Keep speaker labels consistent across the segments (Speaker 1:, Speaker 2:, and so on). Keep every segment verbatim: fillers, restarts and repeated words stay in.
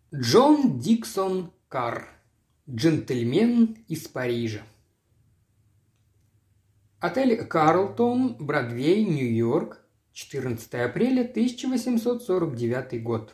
Speaker 1: Джон Диксон Карр. Джентльмен из Парижа. Отель «Карлтон», Бродвей, Нью-Йорк, четырнадцатое апреля тысяча восемьсот сорок девятый год.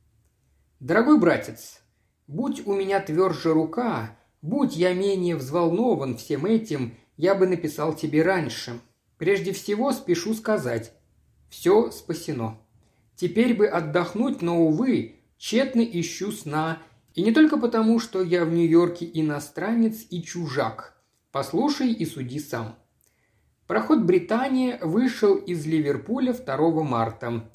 Speaker 1: Дорогой братец, будь у меня тверже рука, будь я менее взволнован всем этим, я бы написал тебе раньше. Прежде всего спешу сказать, все спасено. Теперь бы отдохнуть, но, увы, тщетно ищу сна, и не только потому, что я в Нью-Йорке иностранец и чужак. Послушай и суди сам. Пароход «Британия» вышел из Ливерпуля второго марта,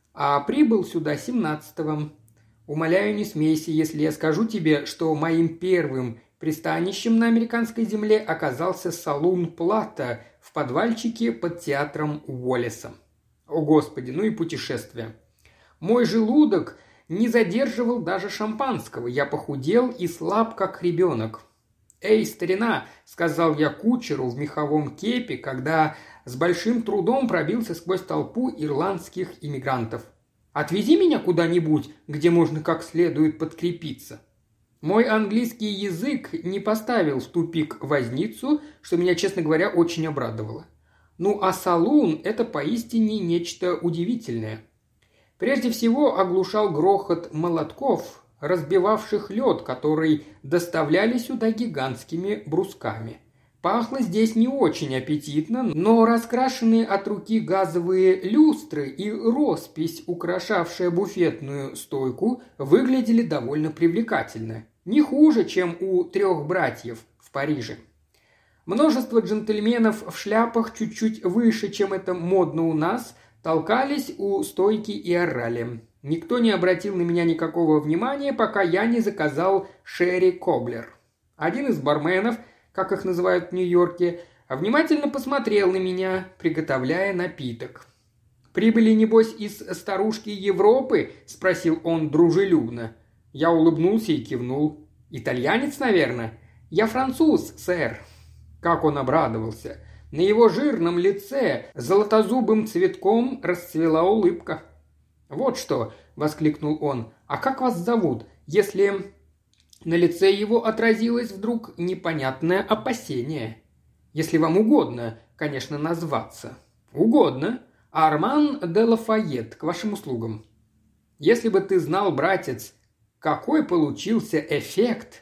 Speaker 1: а прибыл сюда семнадцатого. Умоляю, не смейся, если я скажу тебе, что моим первым пристанищем на американской земле оказался салун «Плата» в подвальчике под театром Уоллеса. О, Господи, ну и путешествие. Мой желудок не задерживал даже шампанского, я похудел и слаб, как ребенок. «Эй, старина!» – сказал я кучеру в меховом кепе, когда с большим трудом пробился сквозь толпу ирландских иммигрантов. «Отвези меня куда-нибудь, где можно как следует подкрепиться». Мой английский язык не поставил в тупик возницу, что меня, честно говоря, очень обрадовало. Ну а салун – это поистине нечто удивительное. Прежде всего оглушал грохот молотков, разбивавших лед, который доставляли сюда гигантскими брусками. Пахло здесь не очень аппетитно, но раскрашенные от руки газовые люстры и роспись, украшавшая буфетную стойку, выглядели довольно привлекательно. Не хуже, чем у трех братьев в Париже. Множество джентльменов в шляпах чуть-чуть выше, чем это модно у нас, толкались у стойки и орали. Никто не обратил на меня никакого внимания, пока я не заказал шерри-коблер. Один из барменов, как их называют в Нью-Йорке, внимательно посмотрел на меня, приготовляя напиток. «Прибыли, небось, из старушки Европы?» – спросил он дружелюбно. Я улыбнулся и кивнул. «Итальянец, наверное?» «Я француз, сэр». Как он обрадовался! На его жирном лице золотозубым цветком расцвела улыбка. «Вот что!» – воскликнул он. «А как вас зовут, если...» На лице его отразилось вдруг непонятное опасение. «Если вам угодно, конечно, назваться». «Угодно. Арман де Лафайет, к вашим услугам». «Если бы ты знал, братец, какой получился эффект!»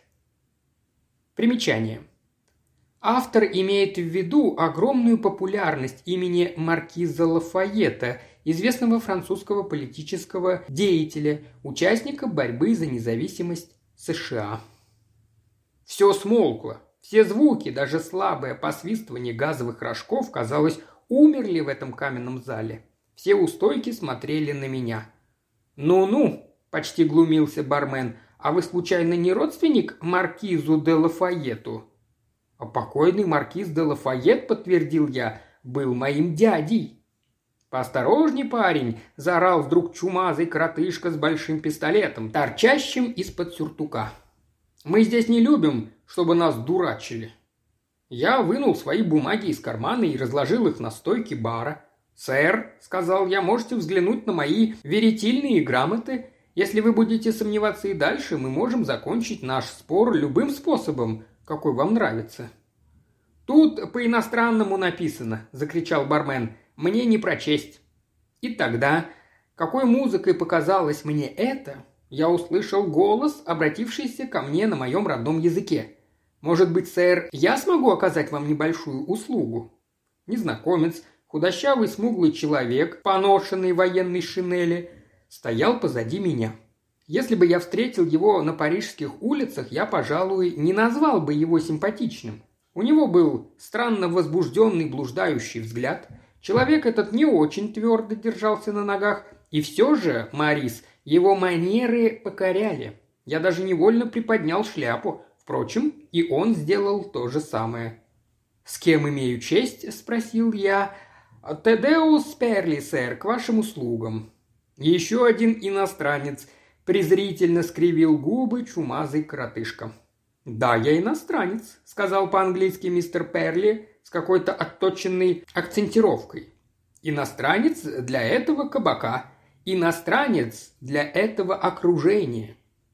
Speaker 1: Примечание. Автор имеет в виду огромную популярность имени маркиза Лафайета, известного французского политического деятеля, участника борьбы за независимость США. Все смолкло. Все звуки, даже слабое посвистывание газовых рожков, казалось, умерли в этом каменном зале. Все у стойки смотрели на меня. «Ну-ну», – почти глумился бармен, – «а вы случайно не родственник маркизу де Лафайету?» «А покойный маркиз де Лафайет, — подтвердил я, — был моим дядей». «Поосторожней, парень!» – заорал вдруг чумазый коротышка с большим пистолетом, торчащим из-под сюртука. «Мы здесь не любим, чтобы нас дурачили». Я вынул свои бумаги из кармана и разложил их на стойке бара. «Сэр, — сказал я, — можете взглянуть на мои верительные грамоты. Если вы будете сомневаться и дальше, мы можем закончить наш спор любым способом, какой вам нравится». «Тут по-иностранному написано», – закричал бармен. «Мне не прочесть». И тогда, какой музыкой показалось мне это, я услышал голос, обратившийся ко мне на моем родном языке. «Может быть, сэр, я смогу оказать вам небольшую услугу?» Незнакомец, худощавый смуглый человек, поношенный в военной шинели, стоял позади меня. Если бы я встретил его на парижских улицах, я, пожалуй, не назвал бы его симпатичным. У него был странно возбужденный блуждающий взгляд. Человек этот не очень твердо держался на ногах, и все же, Морис, его манеры покоряли. Я даже невольно приподнял шляпу. Впрочем, и он сделал то же самое. «С кем имею честь?» – спросил я. «Тедеус Перли, сэр, к вашим услугам». Еще один иностранец презрительно скривил губы чумазый коротышка. «Да, я иностранец», – сказал по-английски мистер Перли с какой-то отточенной акцентировкой. «Иностранец для этого кабака, иностранец для этого окружения».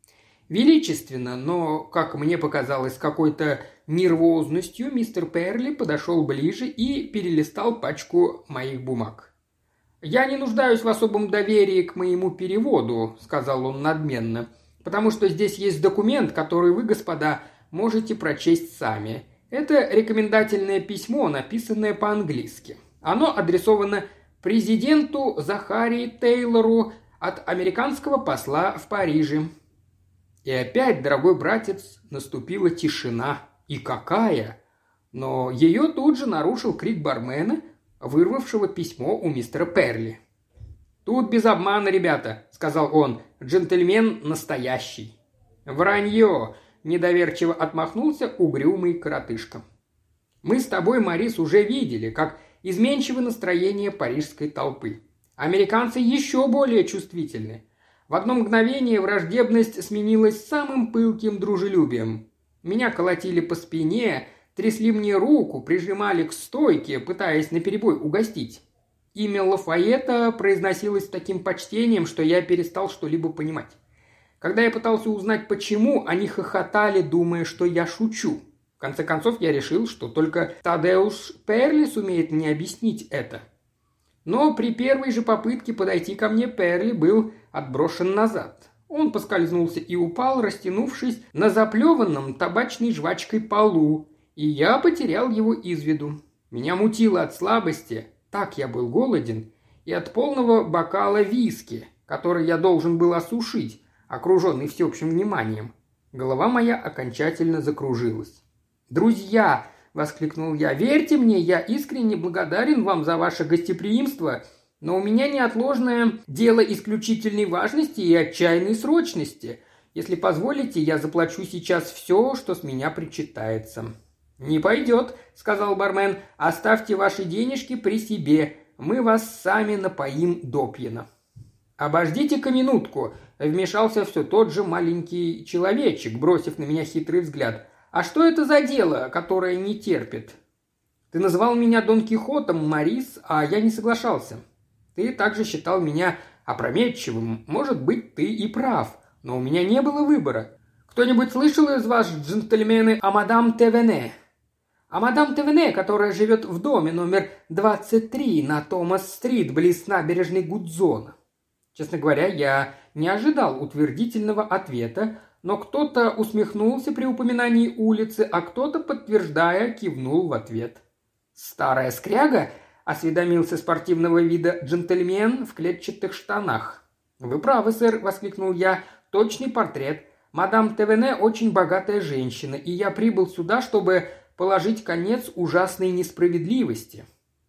Speaker 1: Величественно, но, как мне показалось, с какой-то нервозностью мистер Перли подошел ближе и перелистал пачку моих бумаг. «Я не нуждаюсь в особом доверии к моему переводу», – сказал он надменно, – «потому что здесь есть документ, который вы, господа, можете прочесть сами. Это рекомендательное письмо, написанное по-английски. Оно адресовано президенту Захарии Тейлору от американского посла в Париже». И опять, дорогой братец, наступила тишина. И какая! Но ее тут же нарушил крик бармена, вырвавшего письмо у мистера Перли. «Тут без обмана, ребята», — сказал он, — «джентльмен настоящий». «Вранье!» — недоверчиво отмахнулся угрюмый коротышка. «Мы с тобой, Морис, уже видели, как изменчиво настроение парижской толпы. Американцы еще более чувствительны. В одно мгновение враждебность сменилась самым пылким дружелюбием. Меня колотили по спине, трясли мне руку, прижимали к стойке, пытаясь наперебой угостить. Имя Лафайета произносилось с таким почтением, что я перестал что-либо понимать. Когда я пытался узнать почему, они хохотали, думая, что я шучу. В конце концов, я решил, что только Тадеуш Перли сумеет мне объяснить это. Но при первой же попытке подойти ко мне Перли был отброшен назад. Он поскользнулся и упал, растянувшись на заплеванном табачной жвачкой полу, и я потерял его из виду. Меня мутило от слабости, так я был голоден, и от полного бокала виски, который я должен был осушить, окруженный всеобщим вниманием. Голова моя окончательно закружилась. «Друзья!» – воскликнул я. «Верьте мне, я искренне благодарен вам за ваше гостеприимство, но у меня неотложное дело исключительной важности и отчаянной срочности. Если позволите, я заплачу сейчас все, что с меня причитается». «Не пойдет», – сказал бармен. «Оставьте ваши денежки при себе. Мы вас сами напоим допьяно». «Обождите-ка минутку», – вмешался все тот же маленький человечек, бросив на меня хитрый взгляд. «А что это за дело, которое не терпит?» «Ты называл меня Дон Кихотом, Морис, а я не соглашался. Ты также считал меня опрометчивым. Может быть, ты и прав, но у меня не было выбора. Кто-нибудь слышал из вас, джентльмены, о мадам Тевене? О мадам Тевене, которая живет в доме номер двадцать три на Томас-стрит, близ набережной Гудзона?» Честно говоря, я не ожидал утвердительного ответа, но кто-то усмехнулся при упоминании улицы, а кто-то, подтверждая, кивнул в ответ. «Старая скряга?» – осведомился спортивного вида джентльмен в клетчатых штанах. «Вы правы, сэр», – воскликнул я, – «точный портрет. Мадам Тевене очень богатая женщина, и я прибыл сюда, чтобы положить конец ужасной несправедливости».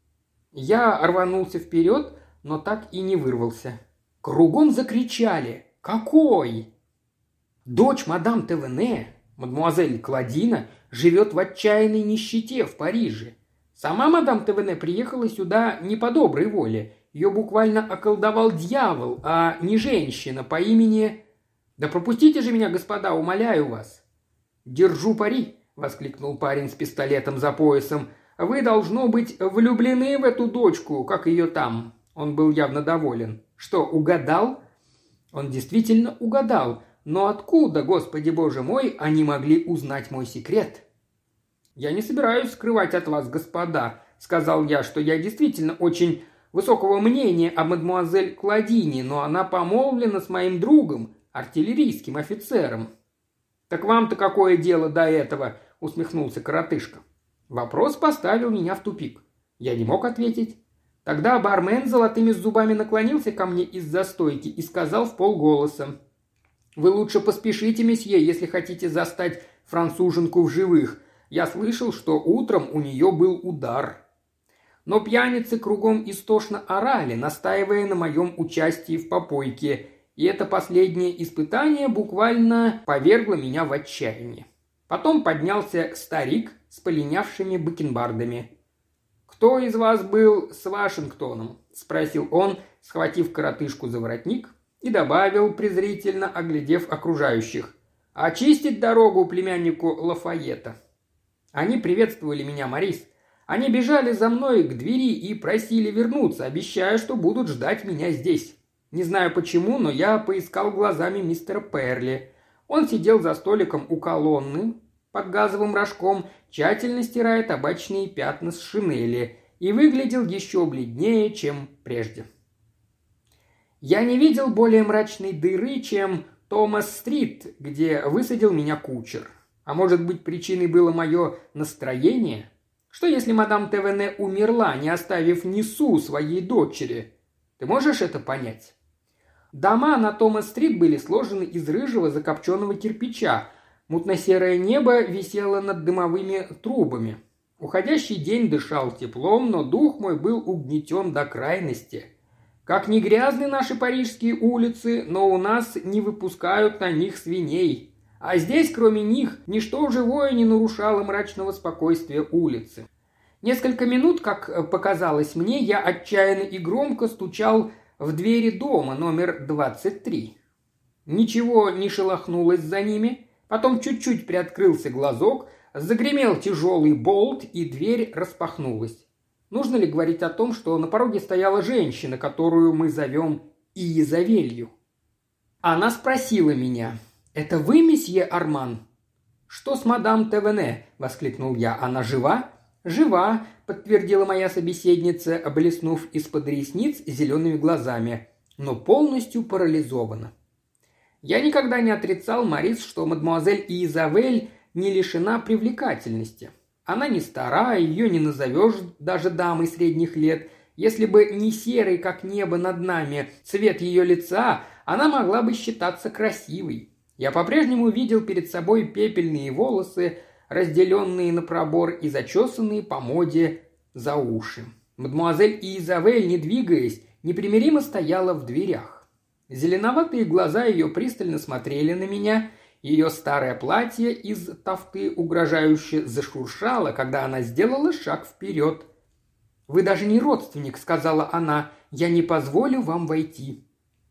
Speaker 1: Я рванулся вперед, но так и не вырвался. Кругом закричали: «Какой?» Дочь мадам Тевене, мадемуазель Клодина, живет в отчаянной нищете в Париже. Сама мадам Тевене приехала сюда не по доброй воле. Ее буквально околдовал дьявол, а не женщина по имени... Да пропустите же меня, господа, умоляю вас. «Держу пари», — воскликнул парень с пистолетом за поясом. «Вы, должно быть, влюблены в эту дочку, как ее там». Он был явно доволен. «Что, угадал?» Он действительно угадал. Но откуда, Господи Боже мой, они могли узнать мой секрет? «Я не собираюсь скрывать от вас, господа», — сказал я, — «что я действительно очень высокого мнения о мадемуазель Клодине, но она помолвлена с моим другом, артиллерийским офицером». «Так вам-то какое дело до этого?» — усмехнулся коротышка. Вопрос поставил меня в тупик. Я не мог ответить. Тогда бармен с золотыми зубами наклонился ко мне из-за стойки и сказал вполголоса: «Вы лучше поспешите, месье, если хотите застать француженку в живых. Я слышал, что утром у нее был удар». Но пьяницы кругом истошно орали, настаивая на моем участии в попойке, и это последнее испытание буквально повергло меня в отчаяние. Потом поднялся старик с полинявшими бакенбардами. «Кто из вас был с Вашингтоном?» – спросил он, схватив коротышку за воротник, и добавил, презрительно оглядев окружающих: «Очистить дорогу племяннику Лафайета». Они приветствовали меня, Морис. Они бежали за мной к двери и просили вернуться, обещая, что будут ждать меня здесь. Не знаю почему, но я поискал глазами мистера Перли. Он сидел за столиком у колонны под газовым рожком, тщательно стирая табачные пятна с шинели, и выглядел еще бледнее, чем прежде. Я не видел более мрачной дыры, чем Томас-стрит, где высадил меня кучер. А может быть, причиной было мое настроение? Что если мадам Тевене умерла, не оставив ни су своей дочери? Ты можешь это понять? Дома на Томас-стрит были сложены из рыжего закопченного кирпича. Мутно-серое небо висело над дымовыми трубами. Уходящий день дышал теплом, но дух мой был угнетен до крайности. Как ни грязны наши парижские улицы, но у нас не выпускают на них свиней. А здесь, кроме них, ничто живое не нарушало мрачного спокойствия улицы. Несколько минут, как показалось мне, я отчаянно и громко стучал в двери дома номер двадцать три. Ничего не шелохнулось за ними, потом чуть-чуть приоткрылся глазок, загремел тяжелый болт, и дверь распахнулась. Нужно ли говорить о том, что на пороге стояла женщина, которую мы зовем Иезавелью? Она спросила меня: «Это вы, месье Арман?» «Что с мадам Тевене?» – воскликнул я. «Она жива?» «Жива», – подтвердила моя собеседница, блеснув из-под ресниц зелеными глазами, «но полностью парализована». Я никогда не отрицал, Морис, что мадемуазель Иезавель не лишена привлекательности. Она не стара, ее не назовешь даже дамой средних лет. Если бы не серый, как небо над нами, цвет ее лица, она могла бы считаться красивой. Я по-прежнему видел перед собой пепельные волосы, разделенные на пробор и зачесанные по моде за уши. Мадемуазель Иезавель, не двигаясь, непримиримо стояла в дверях. Зеленоватые глаза ее пристально смотрели на меня. Ее старое платье из тафты угрожающе зашуршало, когда она сделала шаг вперед. «Вы даже не родственник», — сказала она, — «я не позволю вам войти».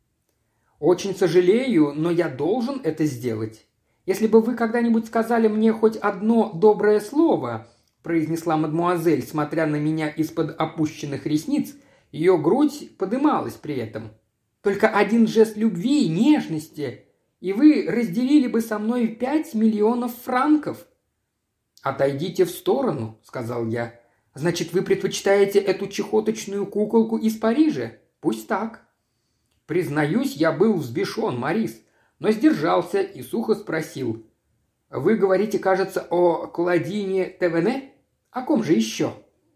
Speaker 1: «Очень сожалею, но я должен это сделать. Если бы вы когда-нибудь сказали мне хоть одно доброе слово», — произнесла мадмуазель, смотря на меня из-под опущенных ресниц, ее грудь подымалась при этом. «Только один жест любви и нежности, и вы разделили бы со мной пять миллионов франков». «Отойдите в сторону», — сказал я. «Значит, вы предпочитаете эту чехоточную куколку из Парижа? Пусть так». Признаюсь, я был взбешен, Морис, но сдержался и сухо спросил: «Вы говорите, кажется, о Клодине Тевене? О ком же еще?»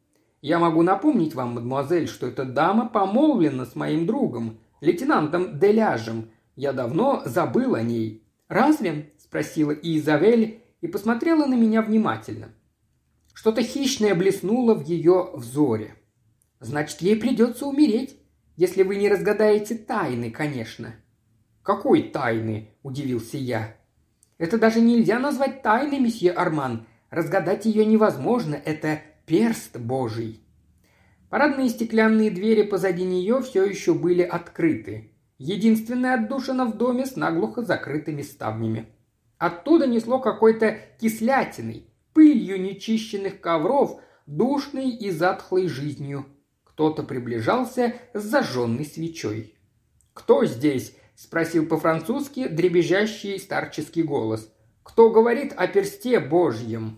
Speaker 1: «Я могу напомнить вам, мадемуазель, что эта дама помолвлена с моим другом, лейтенантом Деляжем. Я давно забыл о ней». «Разве?» – спросила Иезавель и посмотрела на меня внимательно. Что-то хищное блеснуло в ее взоре. «Значит, ей придется умереть, если вы не разгадаете тайны, конечно». «Какой тайны?» – удивился я. «Это даже нельзя назвать тайной, месье Арман. Разгадать ее невозможно, это перст Божий». Парадные стеклянные двери позади нее все еще были открыты. Единственная отдушина в доме с наглухо закрытыми ставнями. Оттуда несло какой-то кислятиной, пылью нечищенных ковров, душной и затхлой жизнью. Кто-то приближался с зажженной свечой. «Кто здесь?» – спросил по-французски дребезжащий старческий голос. «Кто говорит о персте Божьем?»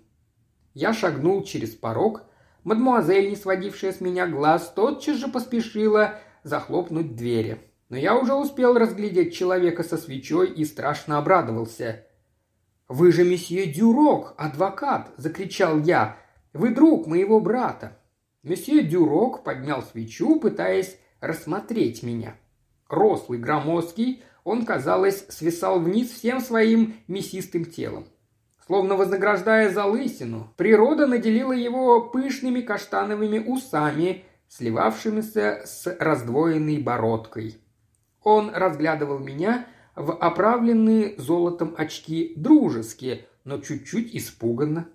Speaker 1: Я шагнул через порог. Мадемуазель, не сводившая с меня глаз, тотчас же поспешила захлопнуть двери. Но я уже успел разглядеть человека со свечой и страшно обрадовался. «Вы же месье Дюрок, адвокат!» – закричал я. «Вы друг моего брата!» Месье Дюрок поднял свечу, пытаясь рассмотреть меня. Рослый, громоздкий, он, казалось, свисал вниз всем своим мясистым телом. Словно вознаграждая за лысину, природа наделила его пышными каштановыми усами, сливавшимися с раздвоенной бородкой. Он разглядывал меня в оправленные золотом очки дружески, но чуть-чуть испуганно.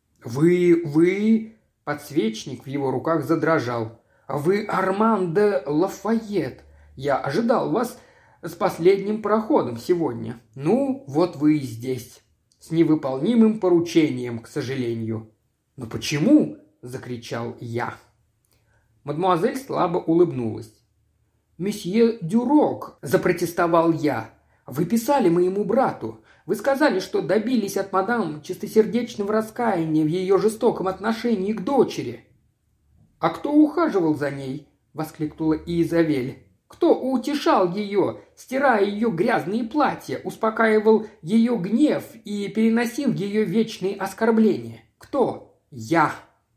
Speaker 1: «Вы, вы...» – подсвечник в его руках задрожал. «Вы Арман де Лафайет. Я ожидал вас с последним пароходом сегодня. Ну, вот вы и здесь. С невыполнимым поручением, к сожалению». «Но почему?» – закричал я. Мадемуазель слабо улыбнулась. «Месье Дюрок», – запротестовал я, – «вы писали моему брату. Вы сказали, что добились от мадам чистосердечного раскаяния в ее жестоком отношении к дочери». «А кто ухаживал за ней?» – воскликнула Изавель. «Кто утешал ее, стирая ее грязные платья, успокаивал ее гнев и переносил ее вечные оскорбления? Кто? Я!»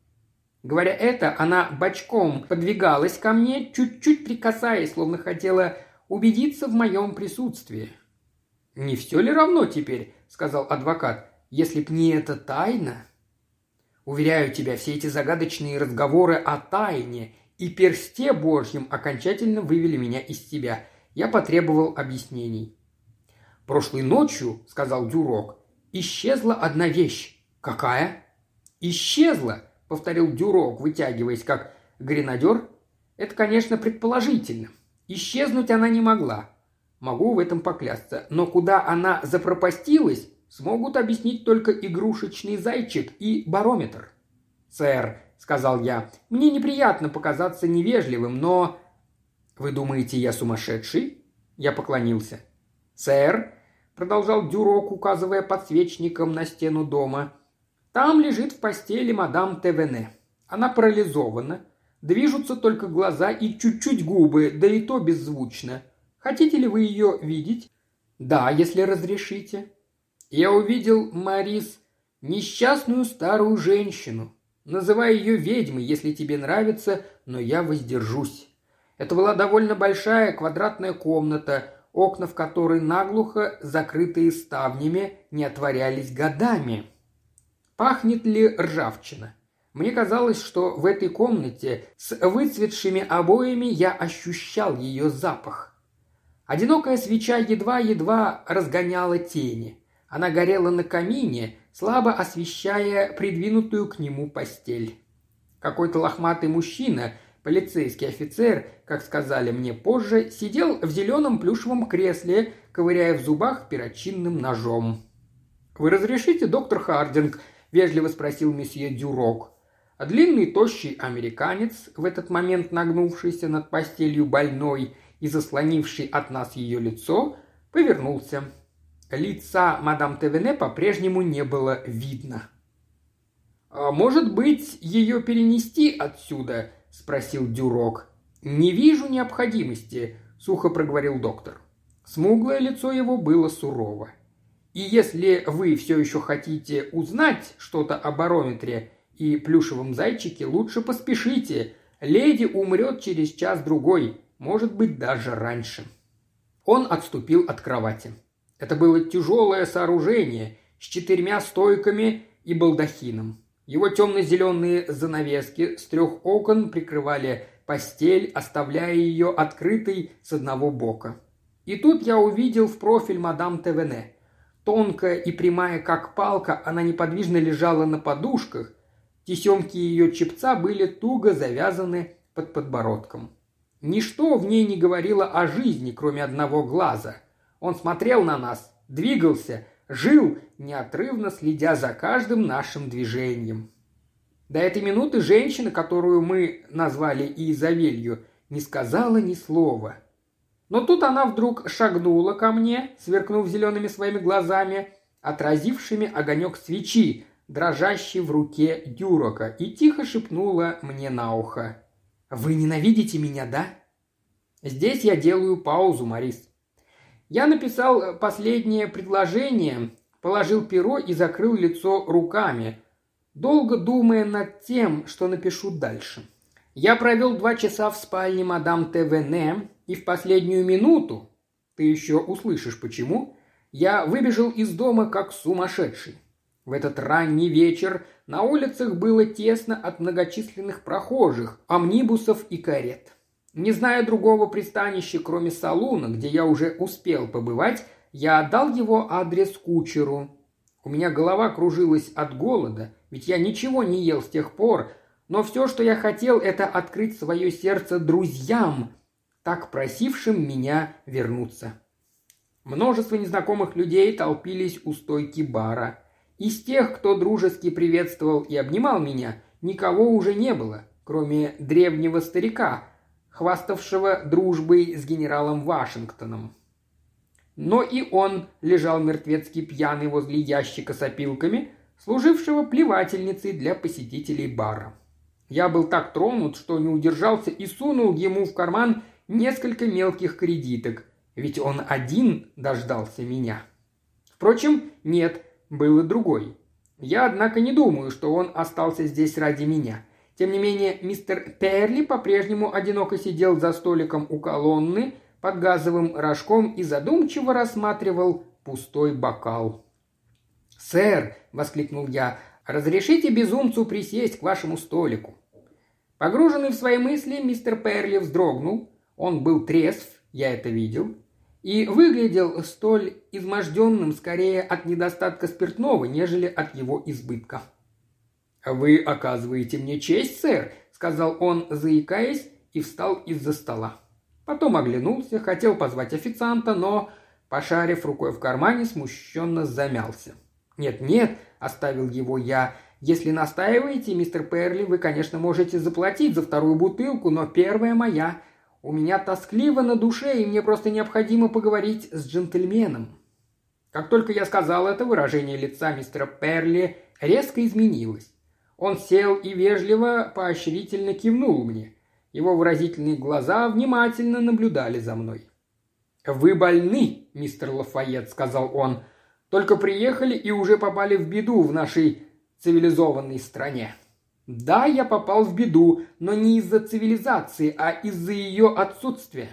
Speaker 1: Говоря это, она бочком подвигалась ко мне, чуть-чуть прикасаясь, словно хотела убедиться в моем присутствии. «Не все ли равно теперь?» – сказал адвокат. «Если б не эта тайна...» «Уверяю тебя, все эти загадочные разговоры о тайне и персте Божьем окончательно вывели меня из себя. Я потребовал объяснений». «Прошлой ночью, — сказал Дюрок, — исчезла одна вещь». «Какая?» «Исчезла!» — повторил Дюрок, вытягиваясь как гренадер. «Это, конечно, предположительно. Исчезнуть она не могла. Могу в этом поклясться. Но куда она запропастилась, смогут объяснить только игрушечный зайчик и барометр». «Сэр», — сказал я, — «мне неприятно показаться невежливым, но...» «Вы думаете, я сумасшедший?» Я поклонился. «Сэр», — продолжал Дюрок, указывая подсвечником на стену дома, — «там лежит в постели мадам Тевене. Она парализована. Движутся только глаза и чуть-чуть губы, да и то беззвучно. Хотите ли вы ее видеть?» «Да, если разрешите». Я увидел, Марис, несчастную старую женщину. Называй ее ведьмой, если тебе нравится, но я воздержусь. Это была довольно большая квадратная комната, окна в которой наглухо, закрытые ставнями, не отворялись годами. Пахнет ли ржавчина? Мне казалось, что в этой комнате с выцветшими обоями я ощущал ее запах. Одинокая свеча едва-едва разгоняла тени. Она горела на камине, слабо освещая придвинутую к нему постель. Какой-то лохматый мужчина, полицейский офицер, как сказали мне позже, сидел в зеленом плюшевом кресле, ковыряя в зубах перочинным ножом. «Вы разрешите, доктор Хардинг?» – вежливо спросил месье Дюрок. А длинный тощий американец, в этот момент нагнувшийся над постелью больной и заслонивший от нас ее лицо, повернулся. Лица мадам Тевене по-прежнему не было видно. «А может быть, ее перенести отсюда?» – спросил Дюрок. «Не вижу необходимости», – сухо проговорил доктор. Смуглое лицо его было сурово. «И если вы все еще хотите узнать что-то о барометре и плюшевом зайчике, лучше поспешите. Леди умрет через час-другой, может быть, даже раньше». Он отступил от кровати. Это было тяжелое сооружение с четырьмя стойками и балдахином. Его темно-зеленые занавески с трех окон прикрывали постель, оставляя ее открытой с одного бока. И тут я увидел в профиль мадам Тевене. Тонкая и прямая, как палка, она неподвижно лежала на подушках. Тесемки ее чепца были туго завязаны под подбородком. Ничто в ней не говорило о жизни, кроме одного глаза. Он смотрел на нас, двигался, жил, неотрывно следя за каждым нашим движением. До этой минуты женщина, которую мы назвали Изавелью, не сказала ни слова. Но тут она вдруг шагнула ко мне, сверкнув зелеными своими глазами, отразившими огонек свечи, дрожащий в руке Дюрока, и тихо шепнула мне на ухо: «Вы ненавидите меня, да?» Здесь я делаю паузу, Марис. Я написал последнее предложение, положил перо и закрыл лицо руками, долго думая над тем, что напишу дальше. Я провел два часа в спальне мадам Тевене, и в последнюю минуту, ты еще услышишь почему, я выбежал из дома как сумасшедший. В этот ранний вечер на улицах было тесно от многочисленных прохожих, амнибусов и карет. Не зная другого пристанища, кроме салуна, где я уже успел побывать, я отдал его адрес кучеру. У меня голова кружилась от голода, ведь я ничего не ел с тех пор, но все, что я хотел, это открыть свое сердце друзьям, так просившим меня вернуться. Множество незнакомых людей толпились у стойки бара. Из тех, кто дружески приветствовал и обнимал меня, никого уже не было, кроме древнего старика, хваставшего дружбой с генералом Вашингтоном. но и он лежал мертвецки пьяный возле ящика с опилками, служившего плевательницей для посетителей бара. Я был так тронут, что не удержался и сунул ему в карман несколько мелких кредиток, ведь он один дождался меня. Впрочем, нет, был и другой. Я, однако, не думаю, что он остался здесь ради меня. Тем не менее, мистер Перли по-прежнему одиноко сидел за столиком у колонны под газовым рожком и задумчиво рассматривал пустой бокал. «Сэр!» – воскликнул я. «Разрешите безумцу присесть к вашему столику?» Погруженный в свои мысли, мистер Перли вздрогнул. Он был трезв, я это видел, и выглядел столь изможденным скорее от недостатка спиртного, нежели от его избытка. «Вы оказываете мне честь, сэр», – сказал он, заикаясь, и встал из-за стола. Потом оглянулся, хотел позвать официанта, но, пошарив рукой в кармане, смущенно замялся. «Нет-нет», – оставил его я, – «если настаиваете, мистер Перли, вы, конечно, можете заплатить за вторую бутылку, но первая моя. У меня тоскливо на душе, и мне просто необходимо поговорить с джентльменом». Как только я сказал это, выражение лица мистера Перли резко изменилось. Он сел и вежливо, поощрительно кивнул мне. Его выразительные глаза внимательно наблюдали за мной. «Вы больны, мистер Лафайет», — сказал он. «Только приехали и уже попали в беду в нашей цивилизованной стране». «Да, я попал в беду, но не из-за цивилизации, а из-за ее отсутствия».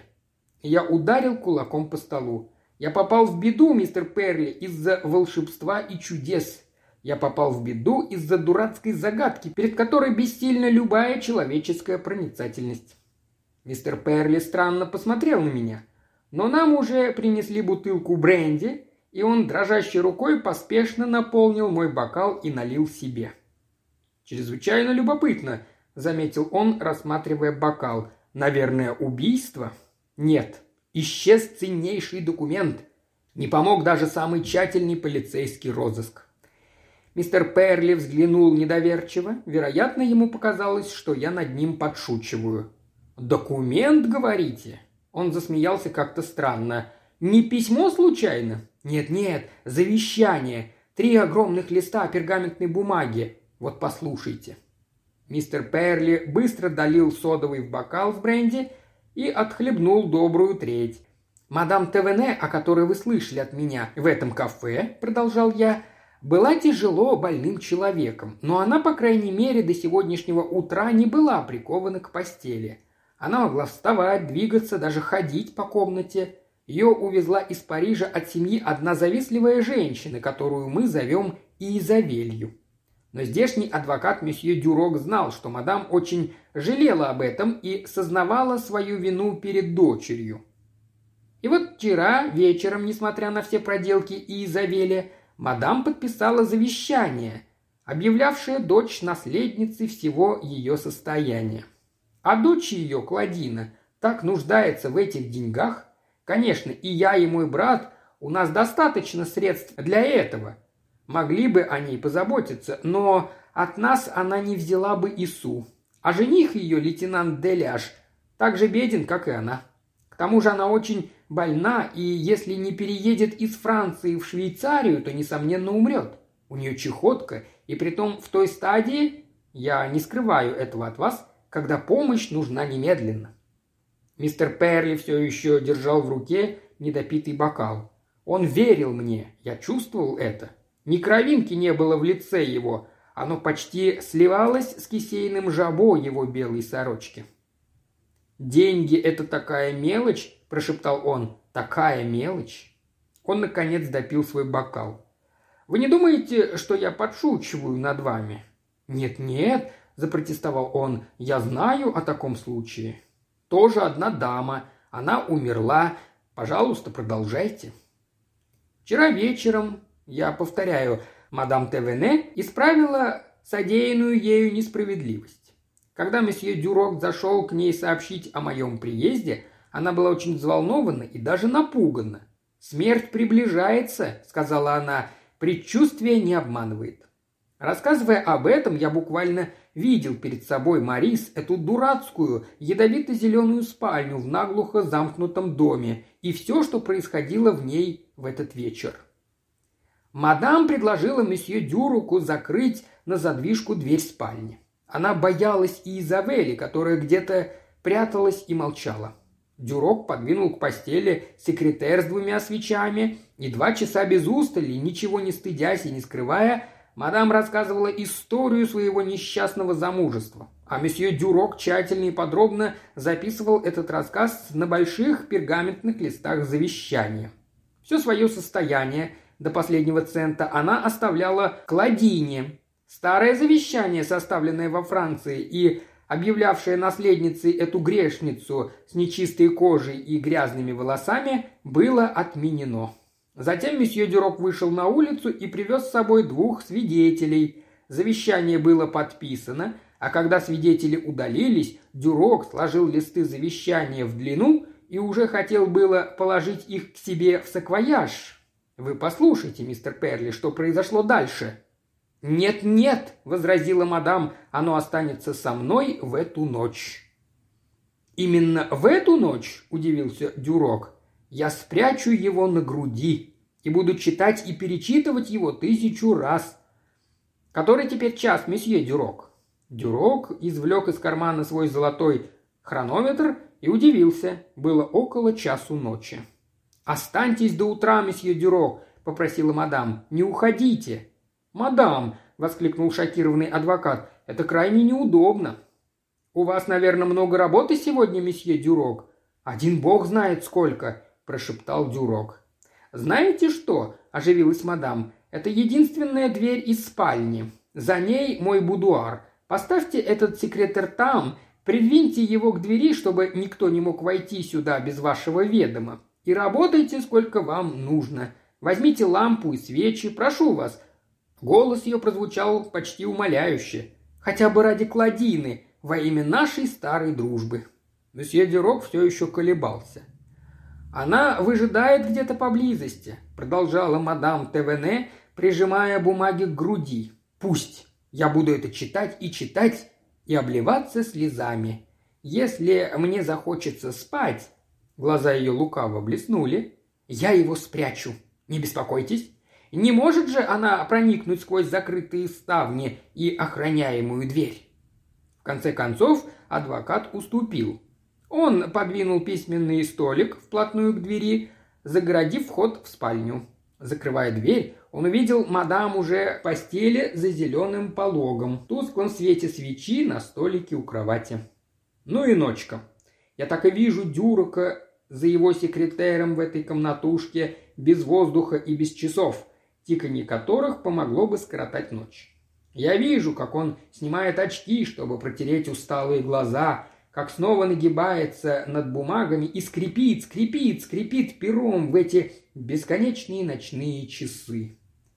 Speaker 1: Я ударил кулаком по столу. «Я попал в беду, мистер Перли, из-за волшебства и чудес. Я попал в беду из-за дурацкой загадки, перед которой бессильна любая человеческая проницательность». Мистер Перли странно посмотрел на меня, но нам уже принесли бутылку бренди, и он дрожащей рукой поспешно наполнил мой бокал и налил себе. «Чрезвычайно любопытно», — заметил он, рассматривая бокал. «Наверное, убийство?» «Нет, исчез ценнейший документ. Не помог даже самый тщательный полицейский розыск». Мистер Перли взглянул недоверчиво. Вероятно, ему показалось, что я над ним подшучиваю. «Документ, говорите?» Он засмеялся как-то странно. «Не письмо случайно?» «Нет-нет, завещание. Три огромных листа пергаментной бумаги. Вот послушайте». Мистер Перли быстро долил содовый в бокал с бренди и отхлебнул добрую треть. «Мадам Тевене, о которой вы слышали от меня в этом кафе, — продолжал я, — была тяжело больным человеком, но она, по крайней мере, до сегодняшнего утра не была прикована к постели. Она могла вставать, двигаться, даже ходить по комнате. Ее увезла из Парижа от семьи одна завистливая женщина, которую мы зовем Изавелью. Но здешний адвокат месье Дюрок знал, что мадам очень жалела об этом и сознавала свою вину перед дочерью. И вот вчера вечером, несмотря на все проделки Изавели, мадам подписала завещание, объявлявшее дочь наследницей всего ее состояния. А дочь ее, Клодина, так нуждается в этих деньгах. Конечно, и я, и мой брат, у нас достаточно средств для этого. Могли бы о ней позаботиться, но от нас она не взяла бы и су. А жених ее, лейтенант Деляж, так же беден, как и она. К тому же она очень больна, и если не переедет из Франции в Швейцарию, то, несомненно, умрет. У нее чехотка, и притом в той стадии, я не скрываю этого от вас, когда помощь нужна немедленно». Мистер Перли все еще держал в руке недопитый бокал. Он верил мне, я чувствовал это. Ни кровинки не было в лице его, оно почти сливалось с кисейным жабо его белой сорочки. «Деньги – это такая мелочь», – прошептал он, – «такая мелочь». Он, наконец, допил свой бокал. «Вы не думаете, что я подшучиваю над вами?» «Нет-нет», – запротестовал он, – «я знаю о таком случае. Тоже одна дама, она умерла. Пожалуйста, продолжайте». Вчера вечером, я повторяю, мадам Тевене исправила содеянную ею несправедливость. Когда месье Дюрок зашел к ней сообщить о моем приезде, она была очень взволнована и даже напугана. «Смерть приближается», — сказала она, — «предчувствие не обманывает». Рассказывая об этом, я буквально видел перед собой Морис эту дурацкую, ядовито-зеленую спальню в наглухо замкнутом доме и все, что происходило в ней в этот вечер. Мадам предложила месье Дюроку закрыть на задвижку дверь спальни. Она боялась и Изабели, которая где-то пряталась и молчала. Дюрок подвинул к постели секретер с двумя свечами, и два часа без устали, ничего не стыдясь и не скрывая, мадам рассказывала историю своего несчастного замужества. А месье Дюрок тщательно и подробно записывал этот рассказ на больших пергаментных листах завещания. Все свое состояние до последнего цента она оставляла Клодине. Старое завещание, составленное во Франции и объявлявшее наследницей эту грешницу с нечистой кожей и грязными волосами, было отменено. Затем месье Дюрок вышел на улицу и привез с собой двух свидетелей. Завещание было подписано, а когда свидетели удалились, Дюрок сложил листы завещания в длину и уже хотел было положить их к себе в саквояж. Вы послушайте, мистер Перли, что произошло дальше. «Нет-нет», — возразила мадам, — «оно останется со мной в эту ночь». «Именно в эту ночь?» – удивился Дюрок. «Я спрячу его на груди и буду читать и перечитывать его тысячу раз». «Который теперь час, месье Дюрок?» Дюрок извлек из кармана свой золотой хронометр и удивился. Было около часу ночи. «Останьтесь до утра, месье Дюрок», – попросила мадам. «Не уходите». «Мадам», – воскликнул шокированный адвокат, – «это крайне неудобно». «У вас, наверное, много работы сегодня, месье Дюрок?» «Один бог знает сколько», – прошептал Дюрок. «Знаете что?» – оживилась мадам. «Это единственная дверь из спальни. За ней мой будуар. Поставьте этот секретер там, придвиньте его к двери, чтобы никто не мог войти сюда без вашего ведома. И работайте, сколько вам нужно. Возьмите лампу и свечи, прошу вас». Голос ее прозвучал почти умоляюще. «Хотя бы ради Клодины, во имя нашей старой дружбы». Месье Дюрок все еще колебался. «Она выжидает где-то поблизости», – продолжала мадам Тевене, прижимая бумаги к груди. «Пусть. Я буду это читать и читать и обливаться слезами. Если мне захочется спать...» Глаза ее лукаво блеснули. «Я его спрячу. Не беспокойтесь. Не может же она проникнуть сквозь закрытые ставни и охраняемую дверь?» В конце концов адвокат уступил. Он подвинул письменный столик вплотную к двери, загородив вход в спальню. Закрывая дверь, он увидел мадам уже в постели за зеленым пологом, в тусклом свете свечи на столике у кровати. «Ну и ночка. Я так и вижу Дюрока за его секретером в этой комнатушке, без воздуха и без часов, тиканье которых помогло бы скоротать ночь. Я вижу, как он снимает очки, чтобы протереть усталые глаза, как снова нагибается над бумагами и скрипит, скрипит, скрипит пером в эти бесконечные ночные часы.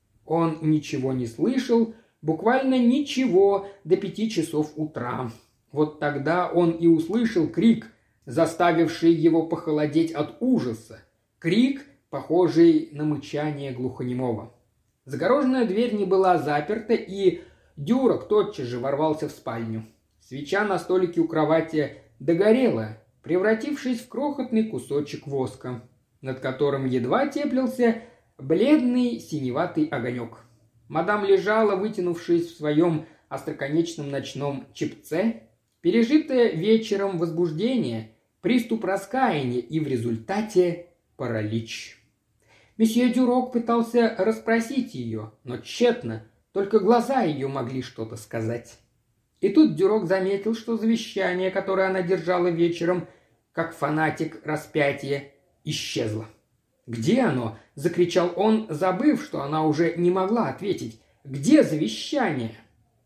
Speaker 1: Он ничего не слышал, буквально ничего до пяти часов утра. Вот тогда он и услышал крик, заставивший его похолодеть от ужаса. Крик, похожий на мычание глухонемого. Загороженная дверь не была заперта, и Дюрок тотчас же ворвался в спальню. Свеча на столике у кровати догорела, превратившись в крохотный кусочек воска, над которым едва теплился бледный синеватый огонек. Мадам лежала, вытянувшись в своем остроконечном ночном чепце, пережитое вечером возбуждение, приступ раскаяния и в результате паралич. Месье Дюрок пытался расспросить ее, но тщетно, только глаза ее могли что-то сказать. И тут Дюрок заметил, что завещание, которое она держала вечером, как фанатик распятие, исчезло. «Где оно?» – закричал он, забыв, что она уже не могла ответить. «Где завещание?»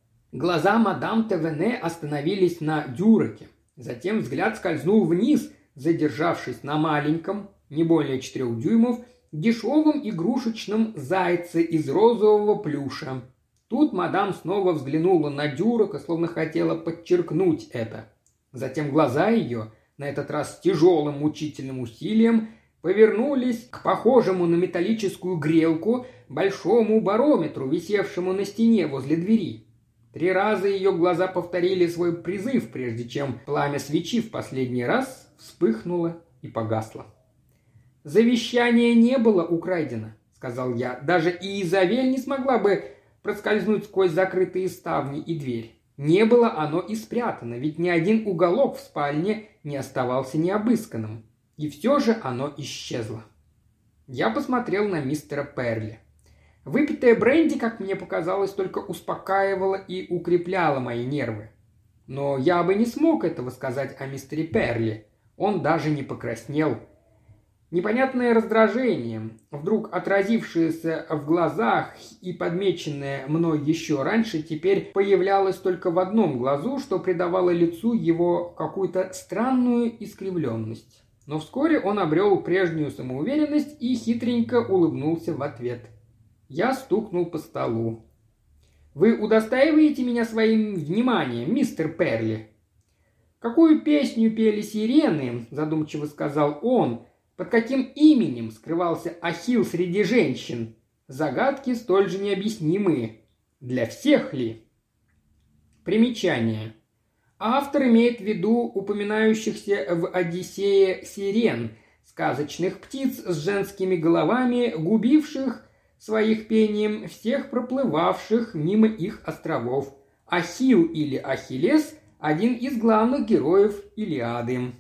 Speaker 1: Глаза мадам Тевене остановились на Дюроке. Затем взгляд скользнул вниз, задержавшись на маленьком, не более четырех дюймов, дешевом игрушечном зайце из розового плюша. Тут мадам снова взглянула на Дюрока, словно хотела подчеркнуть это. Затем глаза ее, на этот раз с тяжелым мучительным усилием, повернулись к похожему на металлическую грелку большому барометру, висевшему на стене возле двери. Три раза ее глаза повторили свой призыв, прежде чем пламя свечи в последний раз вспыхнуло и погасло. «Завещание не было украдено», — сказал я. «Даже Иезавель не смогла бы проскользнуть сквозь закрытые ставни и дверь. Не было оно и спрятано, ведь ни один уголок в спальне не оставался необысканным. И все же оно исчезло». Я посмотрел на мистера Перли. Выпитая бренди, как мне показалось, только успокаивала и укрепляла мои нервы. Но я бы не смог этого сказать о мистере Перли. Он даже не покраснел. Непонятное раздражение, вдруг отразившееся в глазах и подмеченное мной еще раньше, теперь появлялось только в одном глазу, что придавало лицу его какую-то странную искривленность. Но вскоре он обрел прежнюю самоуверенность и хитренько улыбнулся в ответ. Я стукнул по столу. «Вы удостаиваете меня своим вниманием, мистер Перли?» «Какую песню пели сирены?» – задумчиво сказал он. «Под каким именем скрывался Ахилл среди женщин? Загадки столь же необъяснимые. Для всех ли?» Примечание. Автор имеет в виду упоминающихся в «Одиссее» сирен, сказочных птиц с женскими головами, губивших своих пением всех проплывавших мимо их островов. Ахилл или Ахиллес – один из главных героев Илиады.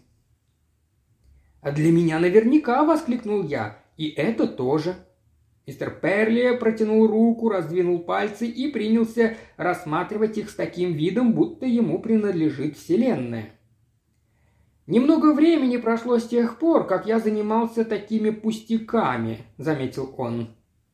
Speaker 1: «А для меня наверняка!» – воскликнул я. «И это тоже!» Мистер Перли протянул руку, раздвинул пальцы и принялся рассматривать их с таким видом, будто ему принадлежит вселенная. «Немного времени прошло с тех пор, как я занимался такими пустяками», – заметил он.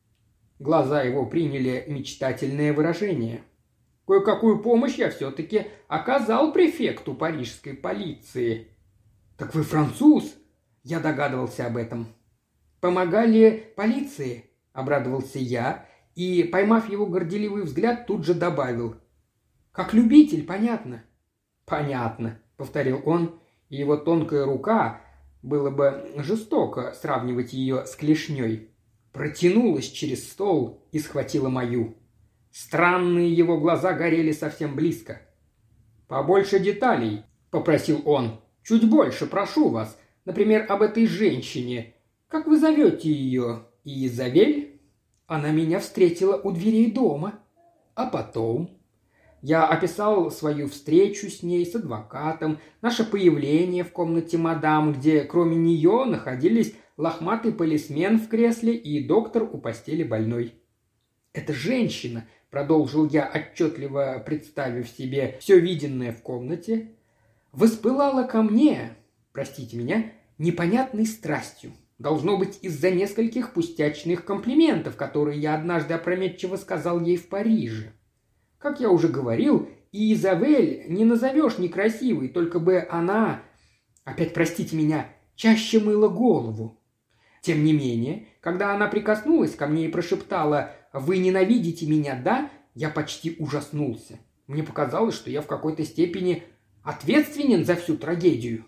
Speaker 1: Глаза его приняли мечтательное выражение. «Кое-какую помощь я все-таки оказал префекту парижской полиции». «Так вы француз?» Я догадывался об этом. «Помогали полиции?» – обрадовался я и, поймав его горделивый взгляд, тут же добавил. «Как любитель, понятно». «Понятно», – повторил он, и его тонкая рука, было бы жестоко сравнивать ее с клешней, протянулась через стол и схватила мою. Странные его глаза горели совсем близко. «Побольше деталей», – попросил он. «Чуть больше, прошу вас. Например, об этой женщине. Как вы зовете ее? Иезавель? Она меня встретила у дверей дома. А потом?» Я описал свою встречу с ней, с адвокатом, наше появление в комнате мадам, где кроме нее находились лохматый полисмен в кресле и доктор у постели больной. «Эта женщина», — продолжил я, отчетливо представив себе все виденное в комнате, «воспылала ко мне, простите меня, непонятной страстью. Должно быть, из-за нескольких пустячных комплиментов, которые я однажды опрометчиво сказал ей в Париже. Как я уже говорил, Иезавель не назовешь некрасивой, только бы она, опять простите меня, чаще мыла голову. Тем не менее, когда она прикоснулась ко мне и прошептала «Вы ненавидите меня, да?», я почти ужаснулся. Мне показалось, что я в какой-то степени ответственен за всю трагедию».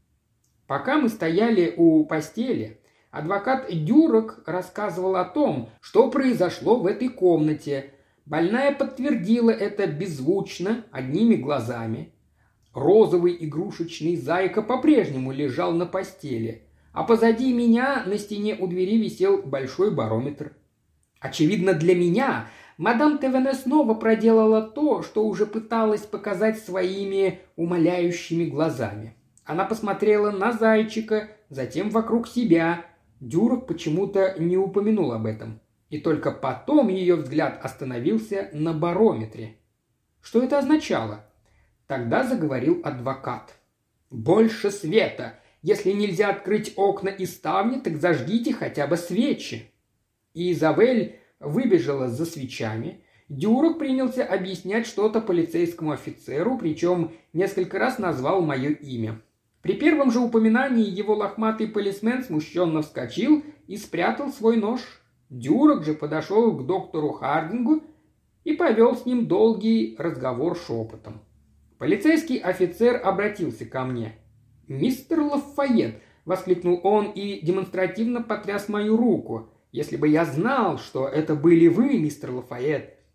Speaker 1: Пока мы стояли у постели, адвокат Дюрок рассказывал о том, что произошло в этой комнате. Больная подтвердила это беззвучно, одними глазами. Розовый игрушечный зайка по-прежнему лежал на постели, а позади меня на стене у двери висел большой барометр. Очевидно для меня, мадам Тевене снова проделала то, что уже пыталась показать своими умоляющими глазами. Она посмотрела на зайчика, затем вокруг себя. Дюрок почему-то не упомянул об этом. И только потом ее взгляд остановился на барометре. Что это означало? Тогда заговорил адвокат. «Больше света! Если нельзя открыть окна и ставни, так зажгите хотя бы свечи!» И Изабель выбежала за свечами. Дюрок принялся объяснять что-то полицейскому офицеру, причем несколько раз назвал мое имя. При первом же упоминании его лохматый полисмен смущенно вскочил и спрятал свой нож. Дюрок же подошел к доктору Хардингу и повел с ним долгий разговор шепотом. Полицейский офицер обратился ко мне. «Мистер Лафайет!» – воскликнул он и демонстративно потряс мою руку. «Если бы я знал, что это были вы, мистер Лафайет,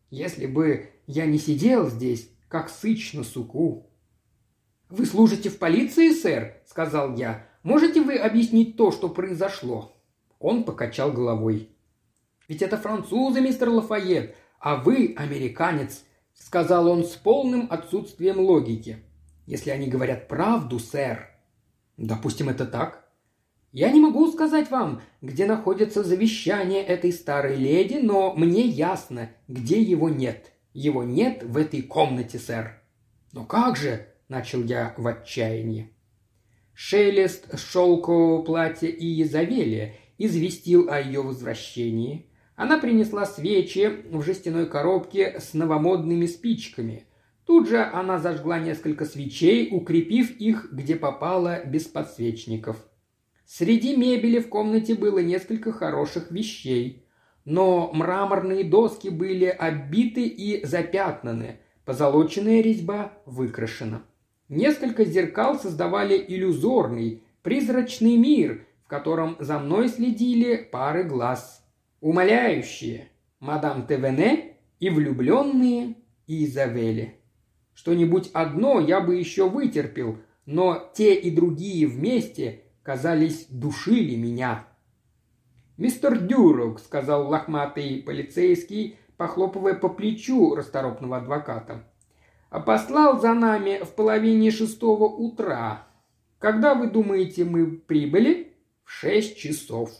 Speaker 1: Если бы я не сидел здесь, как сыч на суку». «Вы служите в полиции, сэр?» – сказал я. «Можете вы объяснить то, что произошло?» Он покачал головой. «Ведь это французы, мистер Лафайет, а вы американец», – сказал он с полным отсутствием логики. «Если они говорят правду, сэр». «Допустим, это так. Я не могу сказать вам, где находится завещание этой старой леди, но мне ясно, где его нет. Его нет в этой комнате, сэр». «Но как же?» – начал я в отчаянии. Шелест шелкового платья Иезавели известил о ее возвращении. Она принесла свечи в жестяной коробке с новомодными спичками. Тут же она зажгла несколько свечей, укрепив их, где попало, без подсвечников. Среди мебели в комнате было несколько хороших вещей, но мраморные доски были оббиты и запятнаны, позолоченная резьба выкрашена. Несколько зеркал создавали иллюзорный, призрачный мир, в котором за мной следили пары глаз. Умоляющие мадам Тевене и влюбленные Изавели. Что-нибудь одно я бы еще вытерпел, но те и другие вместе, казались, душили меня. «Мистер Дюрок», — сказал лохматый полицейский, похлопывая по плечу расторопного адвоката, — «послал за нами в половине шестого утра. Когда, вы думаете, мы прибыли?» «В шесть часов».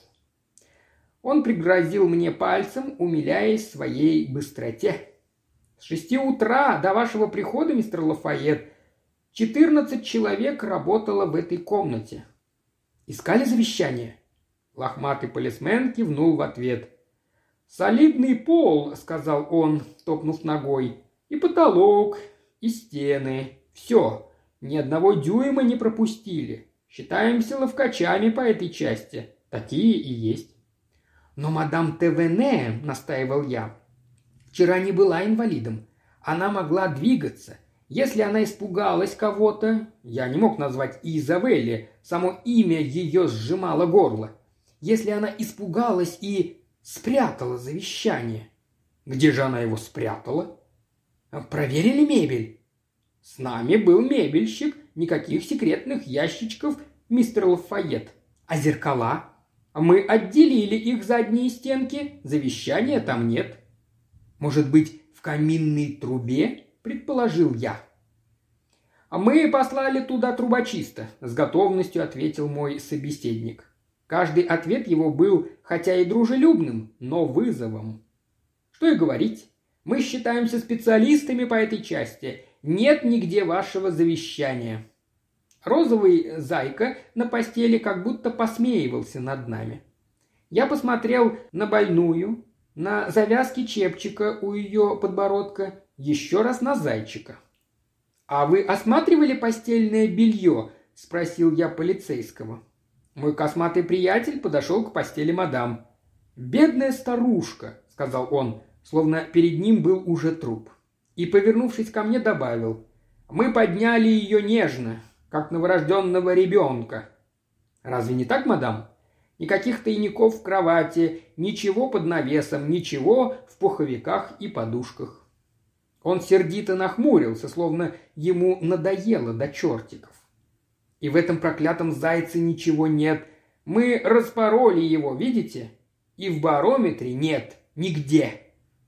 Speaker 1: Он пригрозил мне пальцем, умиляясь своей быстроте. «С шести утра до вашего прихода, мистер Лафайет, четырнадцать человек работало в этой комнате». «Искали завещание?» Лохматый полисмен кивнул в ответ. «Солидный пол», — сказал он, топнув ногой, — «и потолок, и стены. Все. Ни одного дюйма не пропустили. Считаемся ловкачами по этой части. Такие и есть». «Но мадам Тевене», — настаивал я, — «вчера не была инвалидом. Она могла двигаться. Если она испугалась кого-то, я не мог назвать Изавели, само имя ее сжимало горло. Если она испугалась и спрятала завещание». «Где же она его спрятала?» «Проверили мебель?» «С нами был мебельщик, никаких секретных ящичков, мистер Лафайет. А зеркала? Мы отделили их задние стенки, завещания там нет». «Может быть, в каминной трубе?» – предположил я. «Мы послали туда трубочиста», – с готовностью ответил мой собеседник. Каждый ответ его был, хотя и дружелюбным, но вызовом. «Что и говорить, мы считаемся специалистами по этой части. Нет нигде вашего завещания». Розовый зайка на постели как будто посмеивался над нами. Я посмотрел на больную, на завязки чепчика у ее подбородка, еще раз на зайчика. «А вы осматривали постельное белье?» – спросил я полицейского. Мой косматый приятель подошел к постели мадам. «Бедная старушка», – сказал он, словно перед ним был уже труп. И, повернувшись ко мне, добавил: «Мы подняли ее нежно, как новорожденного ребенка». «Разве не так, мадам? Никаких тайников в кровати, ничего под навесом, ничего в пуховиках и подушках». Он сердито нахмурился, словно ему надоело до чертиков. «И в этом проклятом зайце ничего нет. Мы распороли его, видите? И в барометре нет нигде».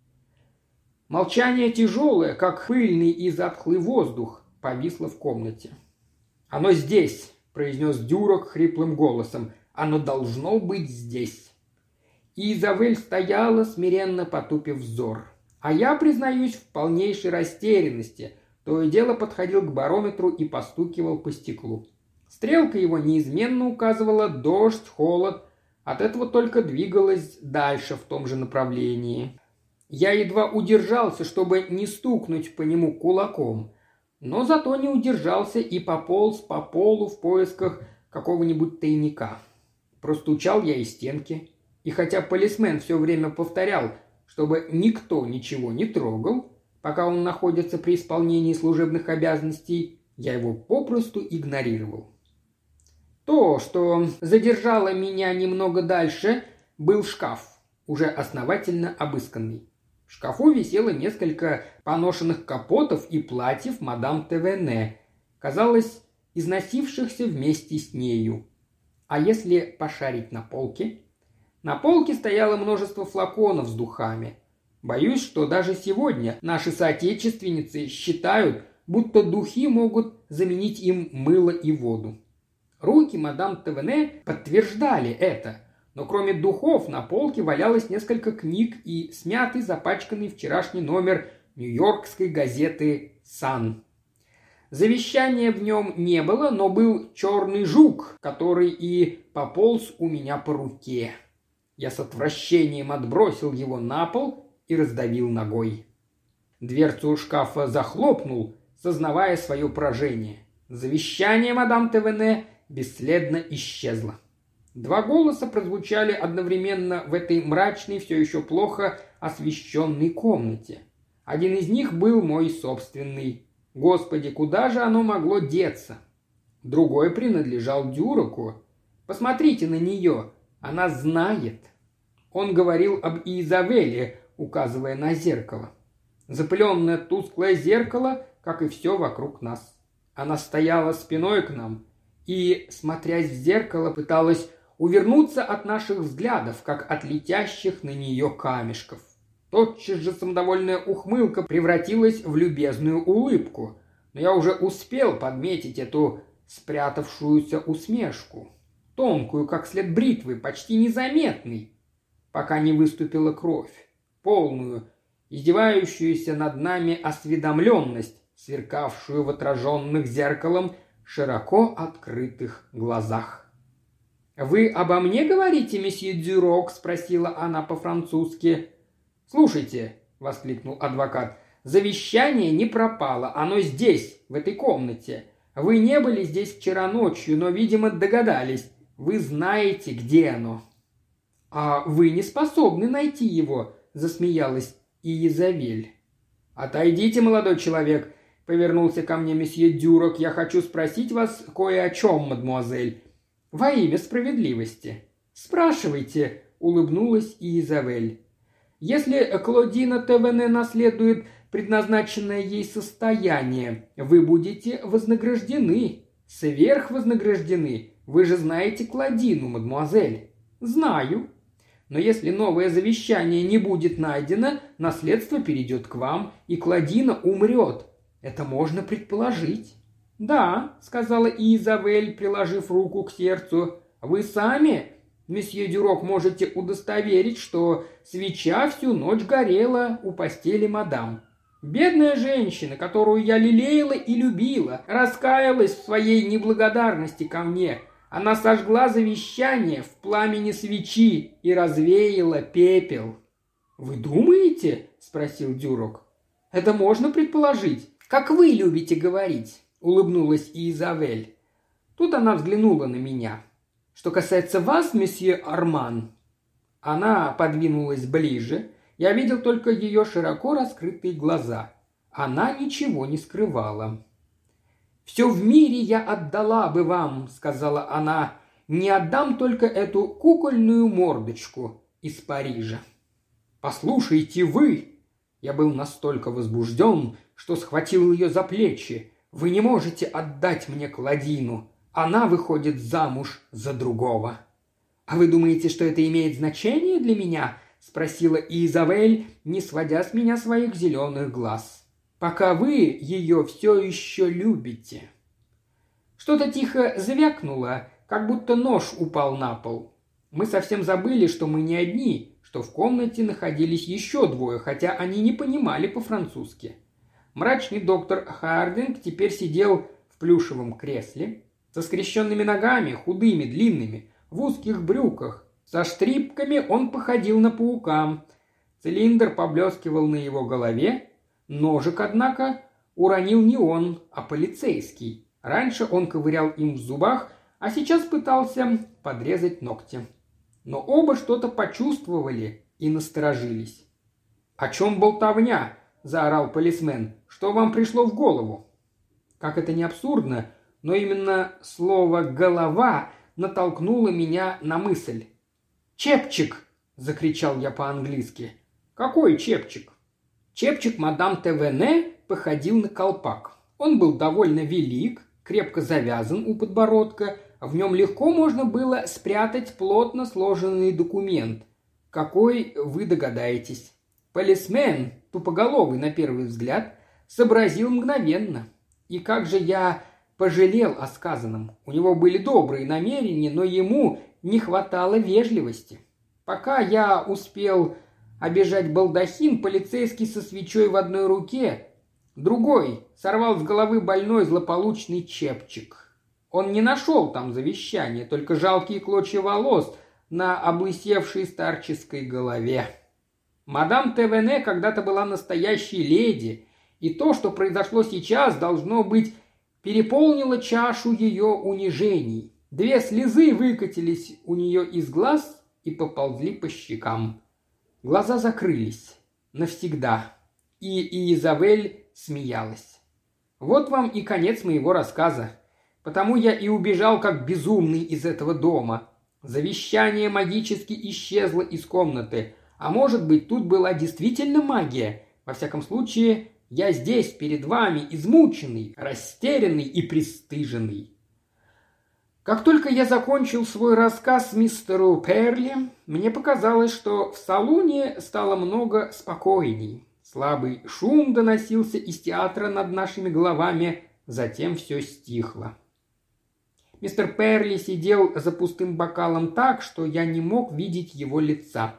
Speaker 1: Молчание тяжелое, как пыльный и затхлый воздух, повисло в комнате. «Оно здесь», – произнес Дюрок хриплым голосом. «Оно должно быть здесь». И Изавель стояла, смиренно потупив взор. А я, признаюсь, в полнейшей растерянности. То и дело подходил к барометру и постукивал по стеклу. Стрелка его неизменно указывала дождь, холод. От этого только двигалась дальше в том же направлении. Я едва удержался, чтобы не стукнуть по нему кулаком. Но зато не удержался и пополз по полу в поисках какого-нибудь тайника. Простучал я и стенки. И хотя полисмен все время повторял, чтобы никто ничего не трогал, пока он находится при исполнении служебных обязанностей, я его попросту игнорировал. То, что задержало меня немного дальше, был шкаф, уже основательно обысканный. В шкафу висело несколько поношенных капотов и платьев мадам Тевене, казалось, износившихся вместе с нею. А если пошарить на полке? На полке стояло множество флаконов с духами. Боюсь, что даже сегодня наши соотечественницы считают, будто духи могут заменить им мыло и воду. Руки мадам Тевене подтверждали это, но кроме духов на полке валялось несколько книг и смятый, запачканный вчерашний номер нью-йоркской газеты «Сан». Завещания в нем не было, но был черный жук, который и пополз у меня по руке. Я с отвращением отбросил его на пол и раздавил ногой. Дверцу шкафа захлопнул, сознавая свое поражение. Завещание мадам Тевене бесследно исчезло. Два голоса прозвучали одновременно в этой мрачной, все еще плохо освещенной комнате. Один из них был мой собственный. Господи, куда же оно могло деться? Другой принадлежал Дюроку. Посмотрите на нее, она знает. Он говорил об Изабелле, указывая на зеркало. Запыленное тусклое зеркало, как и все вокруг нас. Она стояла спиной к нам и, смотрясь в зеркало, пыталась увернуться от наших взглядов, как от летящих на нее камешков. Тотчас же самодовольная ухмылка превратилась в любезную улыбку, но я уже успел подметить эту спрятавшуюся усмешку, тонкую, как след бритвы, почти незаметный, пока не выступила кровь, полную, издевающуюся над нами осведомленность, сверкавшую в отраженных зеркалом широко открытых глазах. «Вы обо мне говорите, месье Дюрок?» – спросила она по-французски. «Слушайте», – воскликнул адвокат, – «завещание не пропало, оно здесь, в этой комнате. Вы не были здесь вчера ночью, но, видимо, догадались. Вы знаете, где оно». «А вы не способны найти его», – засмеялась Иезавель. «Отойдите, молодой человек», – повернулся ко мне месье Дюрок. «Я хочу спросить вас кое о чем, мадемуазель. Во имя справедливости». «Спрашивайте», – улыбнулась Иезавель. «Если Клодина Тевене наследует предназначенное ей состояние, вы будете вознаграждены, сверхвознаграждены. Вы же знаете Клодину, мадемуазель». «Знаю. Но если новое завещание не будет найдено, наследство перейдет к вам, и Клодина умрет. Это можно предположить». «Да», — сказала Изабель, приложив руку к сердцу, — «вы сами, месье Дюрок, можете удостоверить, что свеча всю ночь горела у постели мадам. Бедная женщина, которую я лелеяла и любила, раскаялась в своей неблагодарности ко мне. Она сожгла завещание в пламени свечи и развеяла пепел». «Вы думаете?» – спросил Дюрок. «Это можно предположить. Как вы любите говорить», – улыбнулась Изабель. Тут она взглянула на меня. «Что касается вас, месье Арман...» Она подвинулась ближе. Я видел только ее широко раскрытые глаза. Она ничего не скрывала. «Все в мире я отдала бы вам», — сказала она. «Не отдам только эту кукольную мордочку из Парижа». «Послушайте вы!» Я был настолько возбужден, что схватил ее за плечи. «Вы не можете отдать мне Клодину. Она выходит замуж за другого». «А вы думаете, что это имеет значение для меня?» – спросила Изабель, не сводя с меня своих зеленых глаз. «Пока вы ее все еще любите». Что-то тихо звякнуло, как будто нож упал на пол. Мы совсем забыли, что мы не одни, что в комнате находились еще двое, хотя они не понимали по-французски. Мрачный доктор Хардинг теперь сидел в плюшевом кресле, со скрещенными ногами, худыми, длинными, в узких брюках. Со штрипками он походил на паука. Цилиндр поблескивал на его голове. Ножик, однако, уронил не он, а полицейский. Раньше он ковырял им в зубах, а сейчас пытался подрезать ногти. Но оба что-то почувствовали и насторожились. «О чем болтовня?» – заорал полисмен. «Что вам пришло в голову?» Как это не абсурдно, но именно слово «голова» натолкнуло меня на мысль. «Чепчик!» – закричал я по-английски. «Какой чепчик?» Чепчик мадам Твене походил на колпак. Он был довольно велик, крепко завязан у подбородка, в нем легко можно было спрятать плотно сложенный документ. Какой, вы догадаетесь. Полисмен, тупоголовый на первый взгляд, сообразил мгновенно. И как же я пожалел о сказанном. У него были добрые намерения, но ему не хватало вежливости. Пока я успел обежать балдахин, полицейский со свечой в одной руке, другой сорвал с головы больной злополучный чепчик. Он не нашел там завещания, только жалкие клочья волос на облысевшей старческой голове. Мадам Твене когда-то была настоящей леди, и то, что произошло сейчас, должно быть, переполнило чашу ее унижений. Две слезы выкатились у нее из глаз и поползли по щекам. Глаза закрылись. Навсегда. И Изабель смеялась. Вот вам и конец моего рассказа. Потому я и убежал как безумный из этого дома. Завещание магически исчезло из комнаты. А может быть, тут была действительно магия. Во всяком случае, я здесь перед вами, измученный, растерянный и пристыженный. Как только я закончил свой рассказ мистеру Перли, мне показалось, что в салоне стало много спокойней. Слабый шум доносился из театра над нашими головами, затем все стихло. Мистер Перли сидел за пустым бокалом так, что я не мог видеть его лица.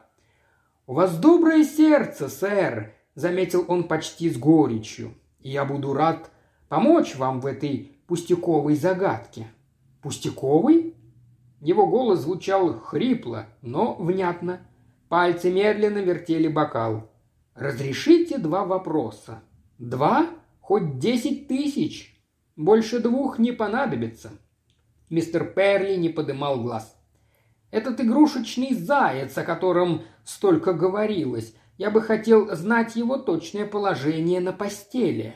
Speaker 1: «У вас доброе сердце, сэр», — заметил он почти с горечью, — «и я буду рад помочь вам в этой пустяковой загадке». «Пустяковый?» Его голос звучал хрипло, но внятно. Пальцы медленно вертели бокал. «Разрешите два вопроса?» «Два? Хоть десять тысяч? Больше двух не понадобится». Мистер Перли не подымал глаз. «Этот игрушечный заяц, о котором столько говорилось, я бы хотел знать его точное положение на постели».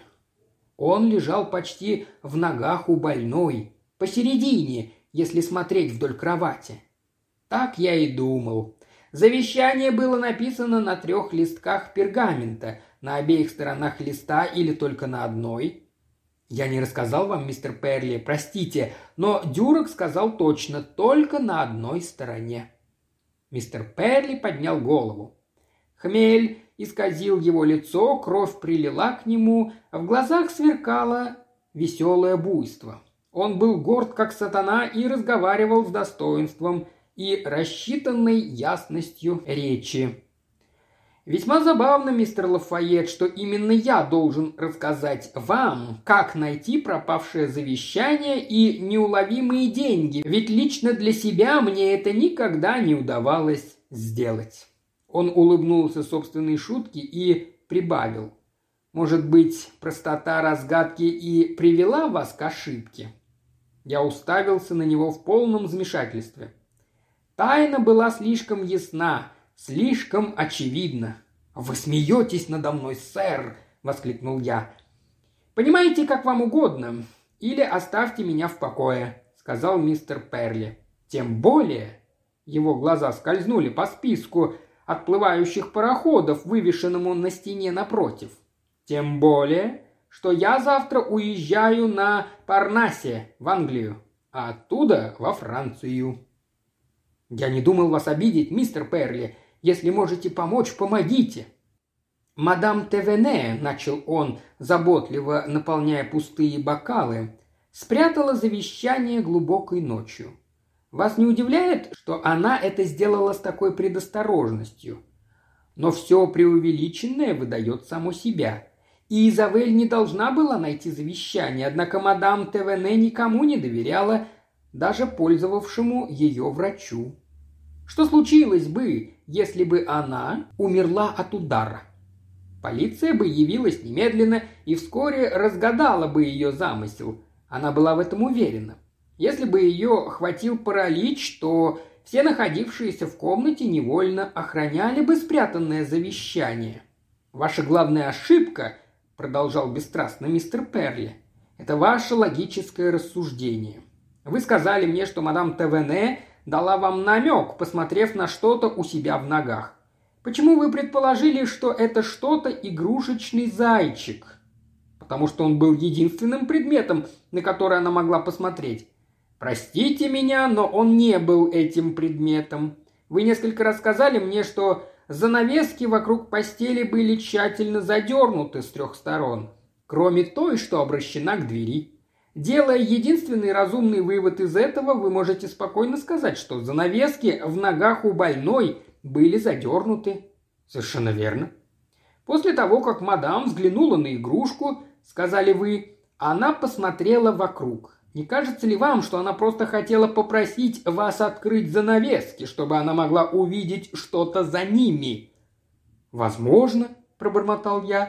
Speaker 1: Он лежал почти в ногах у больной, посередине, если смотреть вдоль кровати. Так я и думал. Завещание было написано на трех листках пергамента, на обеих сторонах листа или только на одной. Я не рассказал вам, мистер Перли, простите, но Дюрок сказал точно, только на одной стороне. Мистер Перли поднял голову. Хмель исказил его лицо, кровь прилила к нему, а в глазах сверкало веселое буйство. Он был горд, как сатана, и разговаривал с достоинством и рассчитанной ясностью речи. «Весьма забавно, мистер Лафайет, что именно я должен рассказать вам, как найти пропавшее завещание и неуловимые деньги, ведь лично для себя мне это никогда не удавалось сделать». Он улыбнулся собственной шутке и прибавил. «Может быть, простота разгадки и привела вас к ошибке?» Я уставился на него в полном замешательстве. Тайна была слишком ясна, слишком очевидна. «Вы смеетесь надо мной, сэр!» — воскликнул я. «Понимаете, как вам угодно, или оставьте меня в покое», — сказал мистер Перли. «Тем более...» Его глаза скользнули по списку отплывающих пароходов, вывешенному на стене напротив. «Тем более, что я завтра уезжаю на Парнасе в Англию, а оттуда во Францию». «Я не думал вас обидеть, мистер Перли. Если можете помочь, помогите». «Мадам Твене», — начал он, заботливо наполняя пустые бокалы, — «спрятала завещание глубокой ночью. Вас не удивляет, что она это сделала с такой предосторожностью? Но все преувеличенное выдает само себя. И Изабель не должна была найти завещание, однако мадам Твене никому не доверяла, даже пользовавшему ее врачу. Что случилось бы, если бы она умерла от удара? Полиция бы явилась немедленно и вскоре разгадала бы ее замысел. Она была в этом уверена. Если бы ее хватил паралич, то все находившиеся в комнате невольно охраняли бы спрятанное завещание. «Ваша главная ошибка, — продолжал бесстрастно мистер Перли, — это ваше логическое рассуждение. Вы сказали мне, что мадам Твене дала вам намек, посмотрев на что-то у себя в ногах. Почему вы предположили, что это что-то игрушечный зайчик? Потому что он был единственным предметом, на который она могла посмотреть. Простите меня, но он не был этим предметом. Вы несколько раз сказали мне, что занавески вокруг постели были тщательно задернуты с трех сторон, кроме той, что обращена к двери. Делая единственный разумный вывод из этого, вы можете спокойно сказать, что занавески в ногах у больной были задернуты. Совершенно верно. После того, как мадам взглянула на игрушку, сказали вы, она посмотрела вокруг. Не кажется ли вам, что она просто хотела попросить вас открыть занавески, чтобы она могла увидеть что-то за ними? Возможно, пробормотал я.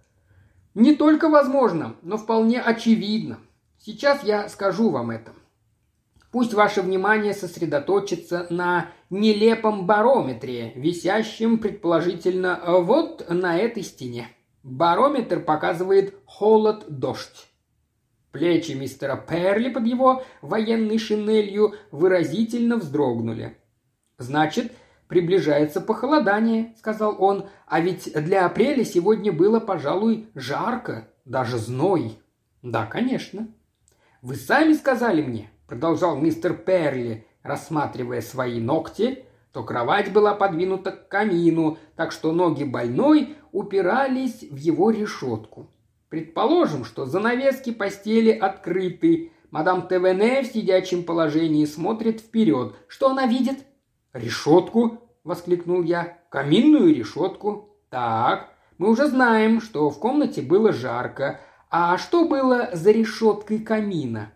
Speaker 1: Не только возможно, но вполне очевидно. Сейчас я скажу вам это. Пусть ваше внимание сосредоточится на нелепом барометре, висящем, предположительно, вот на этой стене. Барометр показывает холод-дождь. Плечи мистера Перли под его военной шинелью выразительно вздрогнули. «Значит, приближается похолодание», — сказал он, «а ведь для апреля сегодня было, пожалуй, жарко, даже зной». «Да, конечно». «Вы сами сказали мне», — продолжал мистер Перли, рассматривая свои ногти, то кровать была подвинута к камину, так что ноги больной упирались в его решетку. Предположим, что занавески постели открыты. Мадам Тевене в сидячем положении смотрит вперед. Что она видит? «Решетку», — воскликнул я. «Каминную решетку». «Так, мы уже знаем, что в комнате было жарко. А что было за решеткой камина?»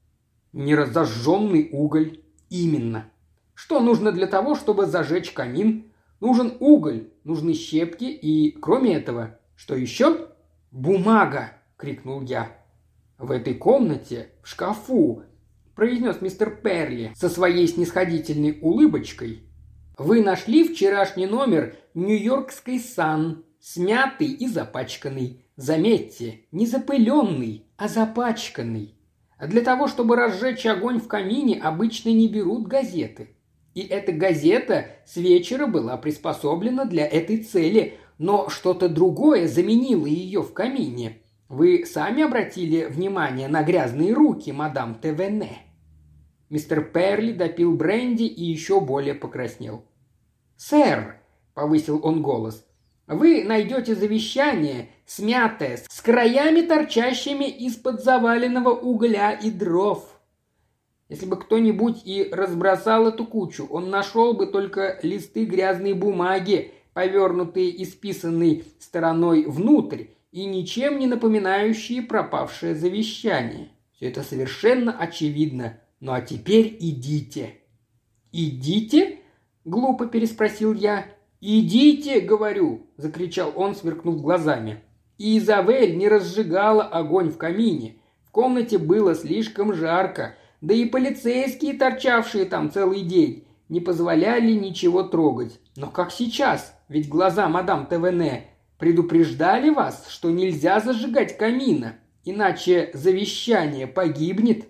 Speaker 1: «Неразожженный уголь». «Именно. Что нужно для того, чтобы зажечь камин? Нужен уголь, нужны щепки и, кроме этого, что еще?» «Бумага!» — крикнул я. «В этой комнате, в шкафу», — произнес мистер Перли со своей снисходительной улыбочкой, «вы нашли вчерашний номер Нью-Йоркской Сан, смятый и запачканный. Заметьте, не запыленный, а запачканный. Для того, чтобы разжечь огонь в камине, обычно не берут газеты. И эта газета с вечера была приспособлена для этой цели, но что-то другое заменило ее в камине. Вы сами обратили внимание на грязные руки мадам Тевене?» Мистер Перли допил бренди и еще более покраснел. «Сэр», — повысил он голос, — «вы найдете завещание, смятое, с краями, торчащими из-под заваленного угля и дров. Если бы кто-нибудь и разбросал эту кучу, он нашел бы только листы грязной бумаги, повернутые исписанной стороной внутрь и ничем не напоминающие пропавшее завещание. Все это совершенно очевидно. Ну а теперь идите». «Идите?» – глупо переспросил я. «Идите, говорю!» – закричал он, сверкнув глазами. И Изабель не разжигала огонь в камине. В комнате было слишком жарко, да и полицейские, торчавшие там целый день, не позволяли ничего трогать. Но как сейчас? Ведь глаза мадам Тевене предупреждали вас, что нельзя зажигать камина, иначе завещание погибнет.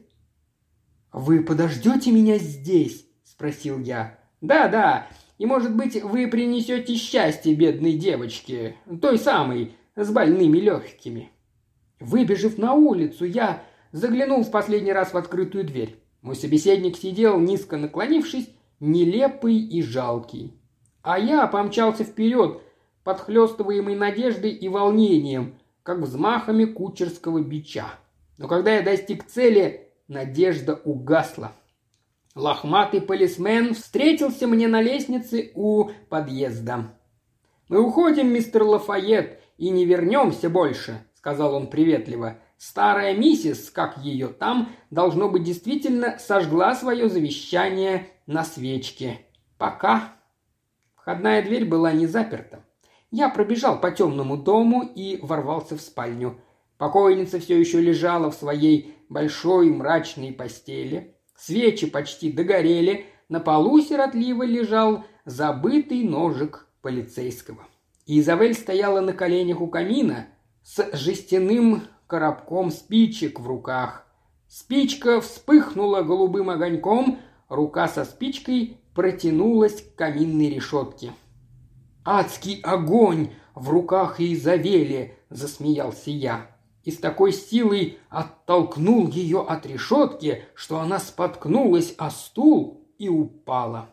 Speaker 1: «Вы подождете меня здесь?» – спросил я. «Да, да, и, может быть, вы принесете счастье бедной девочке, той самой, с больными легкими». Выбежав на улицу, я заглянул в последний раз в открытую дверь. Мой собеседник сидел, низко наклонившись, нелепый и жалкий. А я помчался вперед, подхлестываемый надеждой и волнением, как взмахами кучерского бича. Но когда я достиг цели, надежда угасла. Лохматый полисмен встретился мне на лестнице у подъезда. «Мы уходим, мистер Лафайет, и не вернемся больше», — сказал он приветливо. «Старая миссис, как ее там, должно быть, действительно сожгла свое завещание на свечке. Пока». Входная дверь была не заперта. Я пробежал по темному дому и ворвался в спальню. Покойница все еще лежала в своей большой мрачной постели. Свечи почти догорели, на полу сиротливо лежал забытый ножик полицейского. И Изабель стояла на коленях у камина с жестяным коробком спичек в руках. Спичка вспыхнула голубым огоньком, рука со спичкой протянулась к каминной решетке. «Адский огонь в руках Иезавели!» – засмеялся я. И с такой силой оттолкнул ее от решетки, что она споткнулась о стул и упала.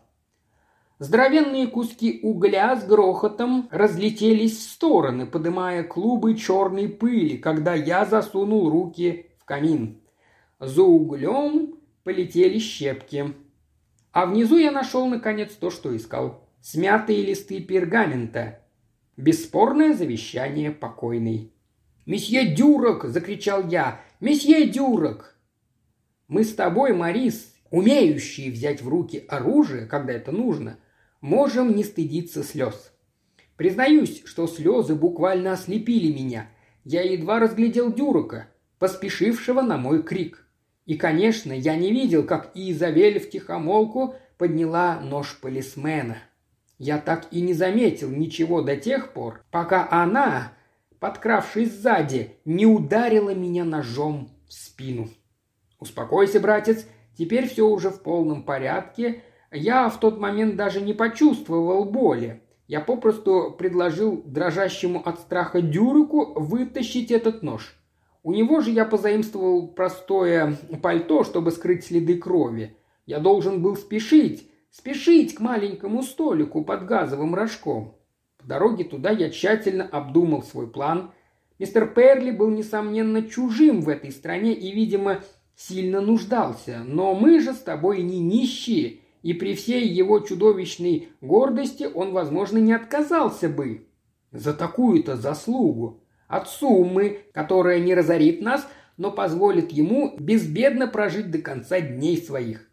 Speaker 1: Здоровенные куски угля с грохотом разлетелись в стороны, подымая клубы черной пыли, когда я засунул руки в камин. За углем полетели щепки. А внизу я нашел, наконец, то, что искал. Смятые листы пергамента. Бесспорное завещание покойной. «Месье Дюрок!» – закричал я. «Месье Дюрок!» «Мы с тобой, Морис, умеющие взять в руки оружие, когда это нужно, можем не стыдиться слез. Признаюсь, что слезы буквально ослепили меня. Я едва разглядел Дюрока, поспешившего на мой крик. И, конечно, я не видел, как Иезавель втихомолку подняла нож полисмена. Я так и не заметил ничего до тех пор, пока она, подкравшись сзади, не ударила меня ножом в спину. «Успокойся, братец, теперь все уже в полном порядке. Я в тот момент даже не почувствовал боли. Я попросту предложил дрожащему от страха Дюроку вытащить этот нож. У него же я позаимствовал простое пальто, чтобы скрыть следы крови. Я должен был спешить, спешить к маленькому столику под газовым рожком. По дороге туда я тщательно обдумал свой план. Мистер Перли был, несомненно, чужим в этой стране и, видимо, сильно нуждался. Но мы же с тобой не нищие, и при всей его чудовищной гордости он, возможно, не отказался бы за такую-то заслугу от суммы, которая не разорит нас, но позволит ему безбедно прожить до конца дней своих.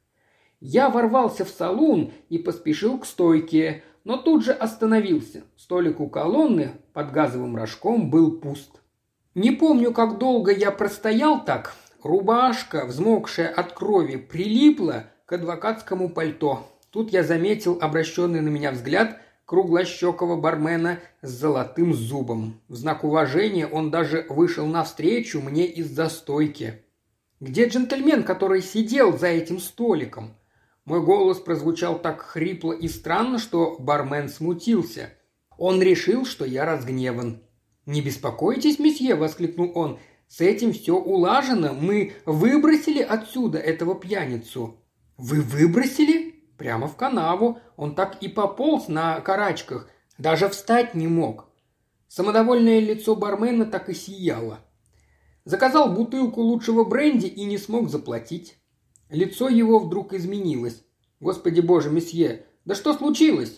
Speaker 1: Я ворвался в салун и поспешил к стойке, но тут же остановился. Столик у колонны под газовым рожком был пуст. Не помню, как долго я простоял так. Рубашка, взмокшая от крови, прилипла к адвокатскому пальто. Тут я заметил обращенный на меня взгляд круглощекого бармена с золотым зубом. В знак уважения он даже вышел навстречу мне из-за стойки. «Где джентльмен, который сидел за этим столиком?» Мой голос прозвучал так хрипло и странно, что бармен смутился. Он решил, что я разгневан. «Не беспокойтесь, месье!» – воскликнул он. «С этим все улажено. Мы выбросили отсюда этого пьяницу». «Вы выбросили?» «Прямо в канаву. Он так и пополз на карачках. Даже встать не мог». Самодовольное лицо бармена так и сияло. Заказал бутылку лучшего бренди и не смог заплатить. Лицо его вдруг изменилось. «Господи боже, месье, да что случилось?»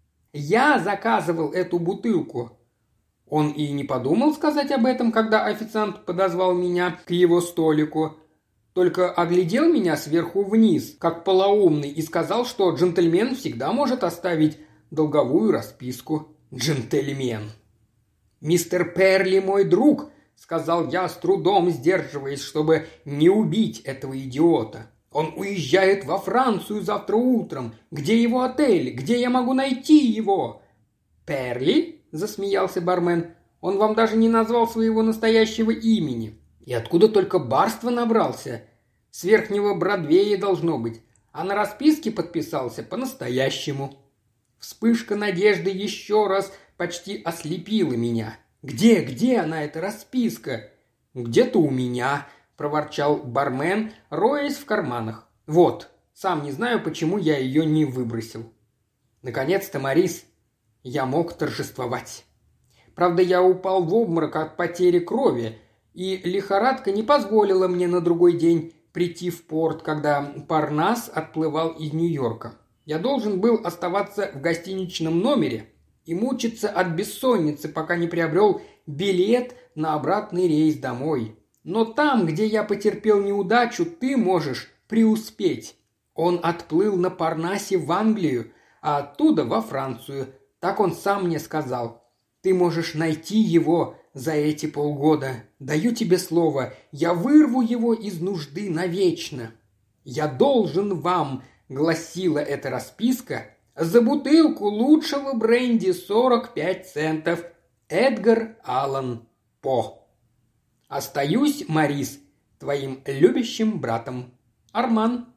Speaker 1: «Я заказывал эту бутылку». Он и не подумал сказать об этом, когда официант подозвал меня к его столику. Только оглядел меня сверху вниз, как полоумный, и сказал, что джентльмен всегда может оставить долговую расписку. Джентльмен. «Мистер Перли мой друг», — сказал я, с трудом сдерживаясь, чтобы не убить этого идиота. «Он уезжает во Францию завтра утром. Где его отель? Где я могу найти его?» «Перли?» – засмеялся бармен. «Он вам даже не назвал своего настоящего имени. И откуда только барства набрался? С верхнего Бродвея должно быть. А на расписке подписался по-настоящему». Вспышка надежды еще раз почти ослепила меня. «Где, где она, эта расписка?» «Где-то у меня», – проворчал бармен, роясь в карманах. «Вот, сам не знаю, почему я ее не выбросил». Наконец-то, Морис, я мог торжествовать. Правда, я упал в обморок от потери крови, и лихорадка не позволила мне на другой день прийти в порт, когда Парнас отплывал из Нью-Йорка. Я должен был оставаться в гостиничном номере и мучиться от бессонницы, пока не приобрел билет на обратный рейс домой. Но там, где я потерпел неудачу, ты можешь преуспеть. Он отплыл на Парнасе в Англию, а оттуда во Францию. Так он сам мне сказал. Ты можешь найти его за эти полгода. Даю тебе слово, я вырву его из нужды навечно. Я должен вам, гласила эта расписка, за бутылку лучшего бренди сорок пять центов. Эдгар Аллан По. Остаюсь, Морис, твоим любящим братом. Арман.